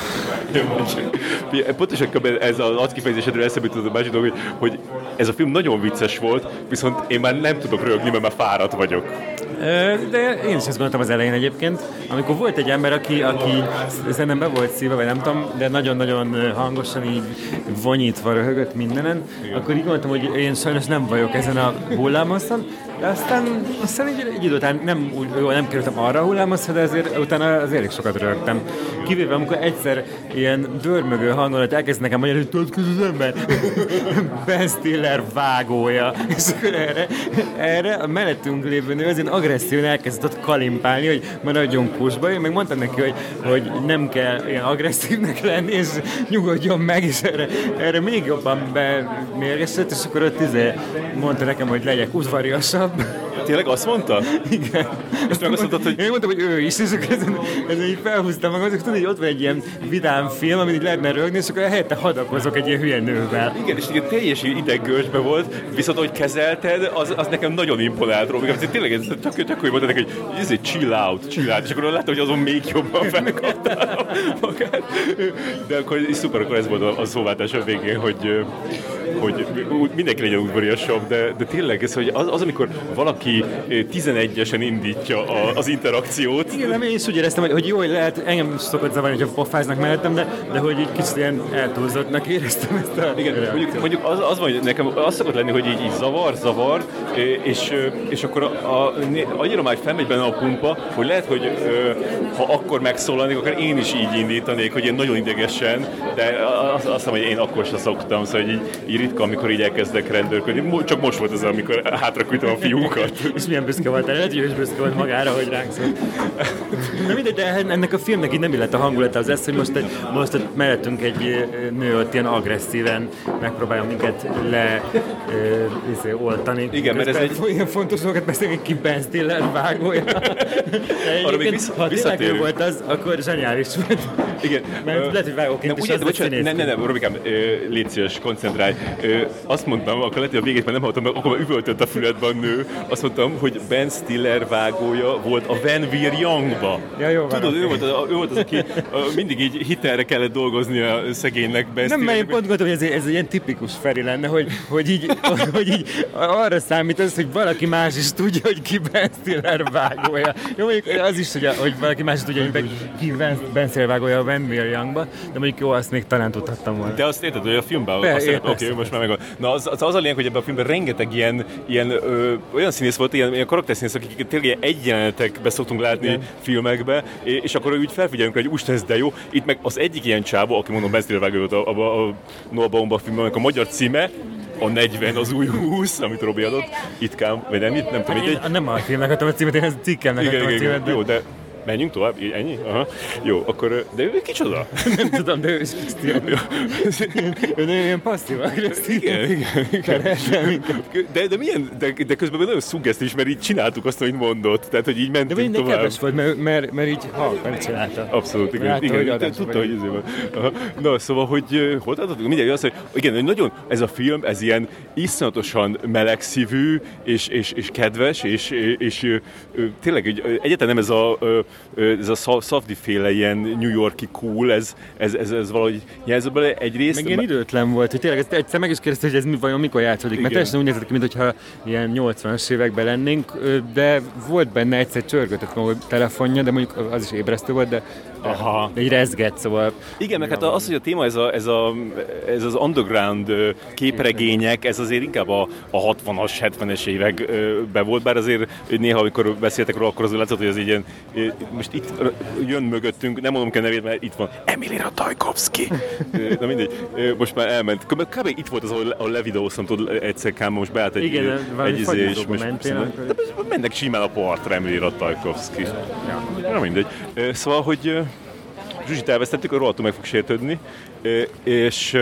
Pontosan ez az arckifejezésedről eszembe jutott a másik dolog, hogy ez a film nagyon vicces volt, viszont én már nem tudok röhögni, mert már fáradt vagyok. De én is ezt gondoltam az elején egyébként, amikor volt egy ember, aki szerintem be volt szíve, vagy nem tudom, de nagyon-nagyon hangosan így vonyítva röhögött mindenen, akkor így gondoltam, hogy én sajnos nem vagyok ezen a hullámoszon, de aztán egy idő után nem kerültem arra a hullámozra, de ezért utána az elég sokat röhögtem. Kivéve, amikor egyszer ilyen dörmögő hangon, hogy elkezd nekem magyarul, hogy tudod, az ember Ben Stiller vágója, és akkor erre a mellettünk lévő nő azért agresszión elkezdett kalimpálni, hogy maradjon kusba, én meg mondtam neki, hogy nem kell ilyen agresszívnek lenni, és nyugodjon meg, és erre még jobban bemérgesett, és akkor ott mondta nekem, hogy legyek udvariasabb. Tényleg azt mondta? Igen. És meg azt mondtad, hogy... Én mondtam, hogy ő is, és akkor ezen így felhúztam magam, azért tudod, hogy ott van egy ilyen vidám film, amit így lehetne rögni, és akkor helyette hadakozok egy ilyen hülye nővel. Igen, és igen, teljes ideggörcsbe volt, viszont ahogy kezelted, az nekem nagyon imponált, Robi. Tényleg ez tök hogy mondtad neki, hogy ez egy chill out, és akkor láttam, hogy azon még jobban felkaptál magát. De akkor is szuper, akkor ez volt a szóváltás a végén, hogy hogy mindenki legyen udvariasabb, de tényleg ez, hogy az, amikor valaki 11-esen indítja az interakciót. Igen, nem, én is úgy éreztem, hogy jó, hogy lehet, engem is szokott zavarni, hogyha pofáznak mellettem, de hogy egy kicsit ilyen eltúlzottnak éreztem ezt a... Igen, mondjuk az van, hogy nekem az szokott lenni, hogy így zavar, és akkor annyira már felmegy benne a pumpa, hogy lehet, hogy ha akkor megszólalnék, akkor én is így indítanék, hogy én nagyon idegesen, de azt hiszem, hogy én akkor sem szoktam, szóval így ritka, amikor így elkezdek rendőrködni. Csak most volt az, amikor hátraküldtem a fiúkat. És milyen büszke volt erre, hogy ő is büszke volt magára, hogy ránk szólt. Na mindegy, de ennek a filmnek így nem illett a hangulata az ezt, hogy most mellettünk egy nő ott ilyen agresszíven megpróbálja minket oltani. Igen, mert ez egy... Ilyen fontos dolgokat beszélünk, ki Ben Stiller vágója. Arra még ha tényleg volt az, akkor zseniális volt. Igen. Mert lehet, hogy vágóként is az színész. Nem, Robikám, légy szíves, koncentrálj. Azt mondtam, akkor lehet, hogy a végét már nem hallottam, mert akkor már üvöltött a füledbe a nő. Azt mondtam, hogy Ben Stiller vágója volt a When We're Young-ba. Ja, jó, tudod, ő volt az, aki mindig így hitelre kellett dolgozni a szegénynek Ben Stillernek. Nem, mert én pont gondolom, hogy ez egy ilyen tipikus Feri lenne, hogy így arra számít az, hogy valaki más is tudja, hogy ki Ben Stiller vágója. Jó, mondjuk az is, hogy valaki más is tudja, hogy ki Ben Stiller vágója a When We're Young-ba, de mondjuk jó, azt még talán tudhattam volna. De azt érted, hogy a filmben oké, most már megvan. Na az a lényeg, hogy ebben a filmben rengeteg ilyen olyan színész volt, ilyen karakterszínész, akik tényleg egy jelenetekbe szoktunk látni filmekbe, és akkor úgy felfigyelünk rá, hogy úristen, ez de jó. Itt meg az egyik ilyen csávó, aki mondom Ben Stiller vágója volt a Noah Baumbach filmben, a magyar címe, a 40 az új 20, amit Robi adott. Itkám, vagy nem tudom, mindegy. Nem a filmnek adtam a címet, én ez a cikkemnek adtam a címet. Jó, de menjünk tovább? Ennyi? Aha. Jó, akkor... De ő kicsoda? Nem tudom, de ő is ő ilyen passzív-agresszív. Igen. De milyen... De közben nagyon szuggesztív, mert így csináltuk azt, amit mondott. Tehát, hogy így mentünk tovább. De kedves volt, mert így megcsinálta. Abszolút, igen. Tudta, hogy ez van. Na, szóval, hogy hol tartottunk? Mindjárt az, hogy igen, nagyon ez a film, ez ilyen iszonyatosan melegszívű, és kedves, és tényleg egyáltalán nem ez a Safdie-féle ilyen New York-i cool, ez valahogy jelző bele egyrészt. Meg ilyen időtlen volt, hogy tényleg egyszer meg is kérdezte, hogy ez vajon mikor játszódik, mert teljesen úgy nézett ki, mintha ilyen 80-as években lennénk, de volt benne egyszer csörgött a telefonja, de mondjuk az is ébresztő volt, de egy rezgett, szóval... Igen, meg hát az, hogy a téma ez az underground képregények, ez azért inkább a 60-as, 70-es években volt, bár azért néha, amikor beszéltek róla, akkor azért látszott, hogy az így ilyen, most itt jön mögöttünk, nem mondom ki a nevét, mert itt van Emily Ratajkowski. Na mindegy, most már elment. Kb. Itt volt az, ahol levideóztam, tudod, egyszer Kám most beállt egy izé, és mennek simán a partra Emily Ratajkowski. Na mindegy. Szóval, hogy Zsuzsit elvesztettük, rohadtul meg fog sértődni, és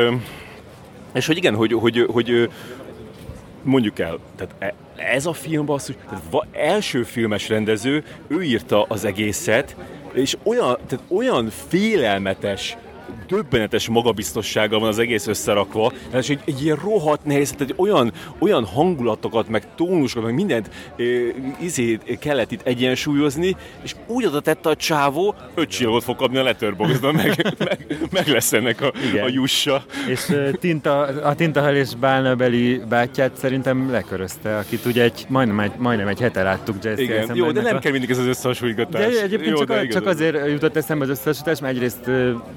hogy igen, hogy mondjuk el, tehát ez a film basszus, első filmes rendező, ő írta az egészet, és olyan félelmetes, döbbenetes magabiztossággal van az egész összerakva, és egy ilyen rohadt nehéz, egy olyan hangulatokat, meg tónusokat, meg mindent kellett itt egyensúlyozni, és úgy oda tette a csávó, 5 csillagot fog kapni a Letterboxdon, meg lesz ennek a jussa. És a Tintahal és Bálnabeli bátyját szerintem lekörözte, akit ugye majdnem egy hete láttuk Jesse Eisenbergnek. Jó, de nem kell mindig ez az összehasonlítgatás. De egyébként csak azért jutott eszembe az összehasonlítás, mert egyrészt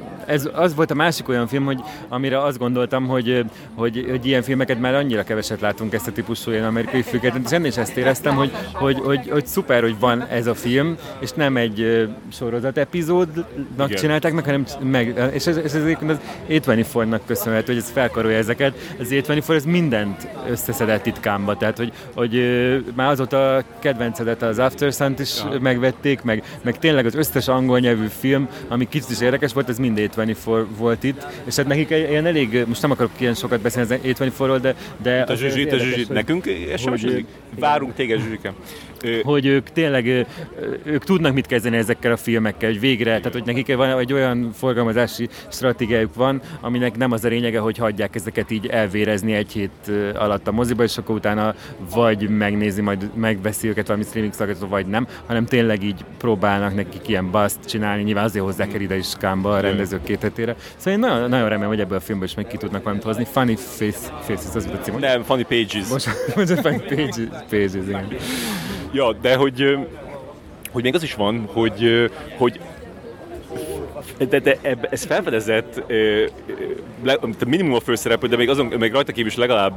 az volt a másik olyan film, amire azt gondoltam, hogy ilyen filmeket már annyira keveset látunk, ezt a típusú ilyen amerikai filmeket, és ennél is ezt éreztem, hogy szuper, hogy van ez a film, és nem egy sorozat epizódnak csinálták meg, hanem és ez az A24-nak köszönhető, hogy ez felkarolja ezeket. Az A24 ez mindent összeszedett itt Cannes-ba, tehát hogy már azóta a kedvencedet, az After Sun-t is megvették, meg tényleg az összes angol nyelvű film, ami kicsit is érdekes volt, ez mind A24 volt itt, és hát nekik ilyen elég, most nem akarok ilyen sokat beszélni az A24-ról, de a Zsuzsit, nekünk SMS-ezik? Várunk téged, Zsuzsikem. Hogy ők tényleg, ők tudnak mit kezdeni ezekkel a filmekkel, hogy végre, tehát hogy nekik van egy olyan forgalmazási stratégiájuk van, aminek nem az a lényege, hogy hagyják ezeket így elvérezni egy hét alatt a moziba, és akkor utána vagy megnézi, majd megveszi őket valami streaming szolgáltató, vagy nem, hanem tényleg így próbálnak nekik ilyen bust csinálni, nyilván azért hozzák el ide is Cannes-ba a rendezők 2 hetére. Szóval én nagyon, nagyon remélem, hogy ebből a filmből is meg ki tudnak valamit hozni. Funny Faces, az a cím. Nem, Funny Pages. Most Funny Pages, igen. Ja, de hogy még az is van, hogy de ez felfedezett minimum a főszereplő, de még azon, meg rajta kívül is legalább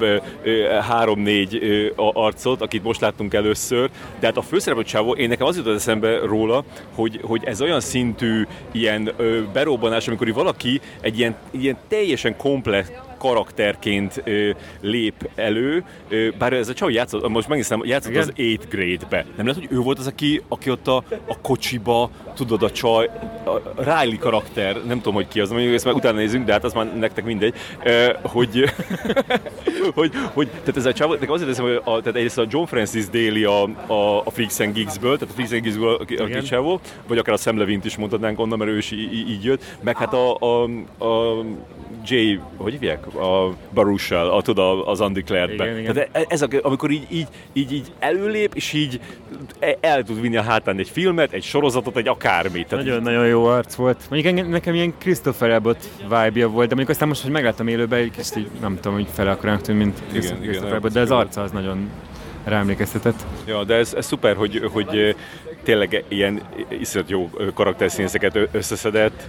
3-4 arcot, akit most láttunk először, de hát a főszereplő csávó, én nekem az jutott eszembe róla, hogy ez olyan szintű ilyen berobbanás, amikor valaki egy ilyen teljesen komplett karakterként lép elő, bár ez a csaj játszott, most megnéztem, játszott az 8th grade-be. Nem lehet, hogy ő volt az, aki ott a kocsiba, tudod, a csaj, a Riley karakter, nem tudom, hogy ki az, mondjuk ezt már utána nézünk, de hát az már nektek mindegy, hogy tehát ez a csaj, nekem azért hiszem, hogy tehát egyrészt a John Francis Daly a Freaks and Geeks-ből, tehát a Freaks and Geeks-ből a kicsávó, vagy akár a Sam Levint is mondhatnánk onnan, mert ő is így jött, meg hát a Jay, hogy hívják? A Baruchel, tudod, az Undeclared-ben. Igen. Tehát ez amikor így előlép, és így el tud vinni a hátán egy filmet, egy sorozatot, egy akármit. Nagyon jó arc volt. Mondjuk nekem ilyen Christopher Abbott vibe-ja volt, de mondjuk aztán most, hogy megláttam élőben, egy kicsit így, nem tudom, hogy fel akarának tűnni, mint Christopher Abbott, de az arca az nagyon ráemlékeztetett. Ja, de ez szuper, hogy tényleg ilyen iszonyat jó karakterszínészeket összeszedett,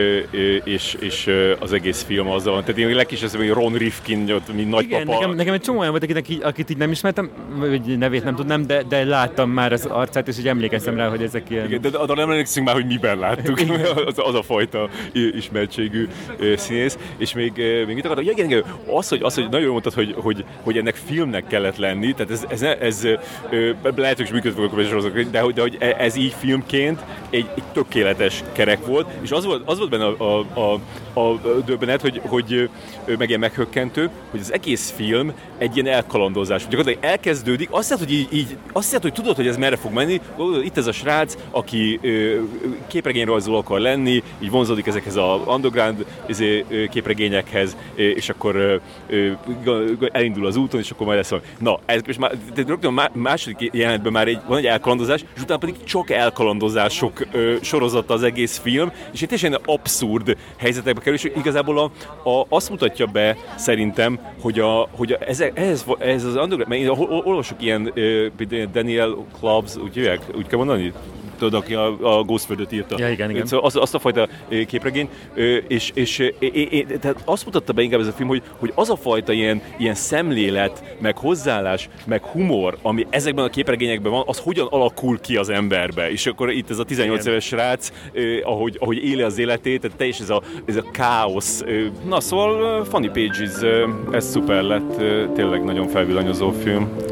és az egész film azzal van. Tehát én legkisebb, hogy Ron Rifkin, mint nagypapa. Igen, nekem egy csomó olyan volt, akit így nem ismertem, vagy nevét nem tudnám, de láttam már az arcát, és így emlékeztem rá, hogy ezek ilyen... Igen, de arra nem emlékszünk már, hogy miben láttuk. az a fajta ismertségű színész. És még mit akartam? Ja, igen, az, hogy nagyon jól mondtad, hogy ennek filmnek kellett lenni, tehát ez lehet, hogy működve fogok, de hogy ez így filmként egy tökéletes kerek volt, és az volt benne a döbbenet, hogy meg ilyen meghökkentő, hogy az egész film egy ilyen elkalandozás. Gyakorlatilag elkezdődik, azt hiszed, hogy tudod, hogy ez merre fog menni, itt ez a srác, aki képregényrajzoló akar lenni, így vonzódik ezekhez az underground képregényekhez, és akkor elindul az úton, és akkor majd lesz. Na, ez most már rögtön a második jelenetben már van egy elkalandozás, és utána pedig csak elkalandozások sorozata az egész film, és egy teljesen abszurd helyzetekbe kerül, és igazából azt mutatja be szerintem, hogy ez az underground, mert én olvasok ilyen Daniel Clubs, úgy kell mondani? Tudod, aki a Ghostföldöt írta. Ja, igen. Szóval azt a fajta képregény, és tehát azt mutatta be inkább ez a film, hogy az a fajta ilyen szemlélet, meg hozzáállás, meg humor, ami ezekben a képregényekben van, az hogyan alakul ki az emberbe. És akkor itt ez a 18 éves srác, ahogy éli az életét, tehát teljesen ez a káosz. Na szóval Funny Pages, ez szuper lett, tényleg nagyon felvillanyozó film.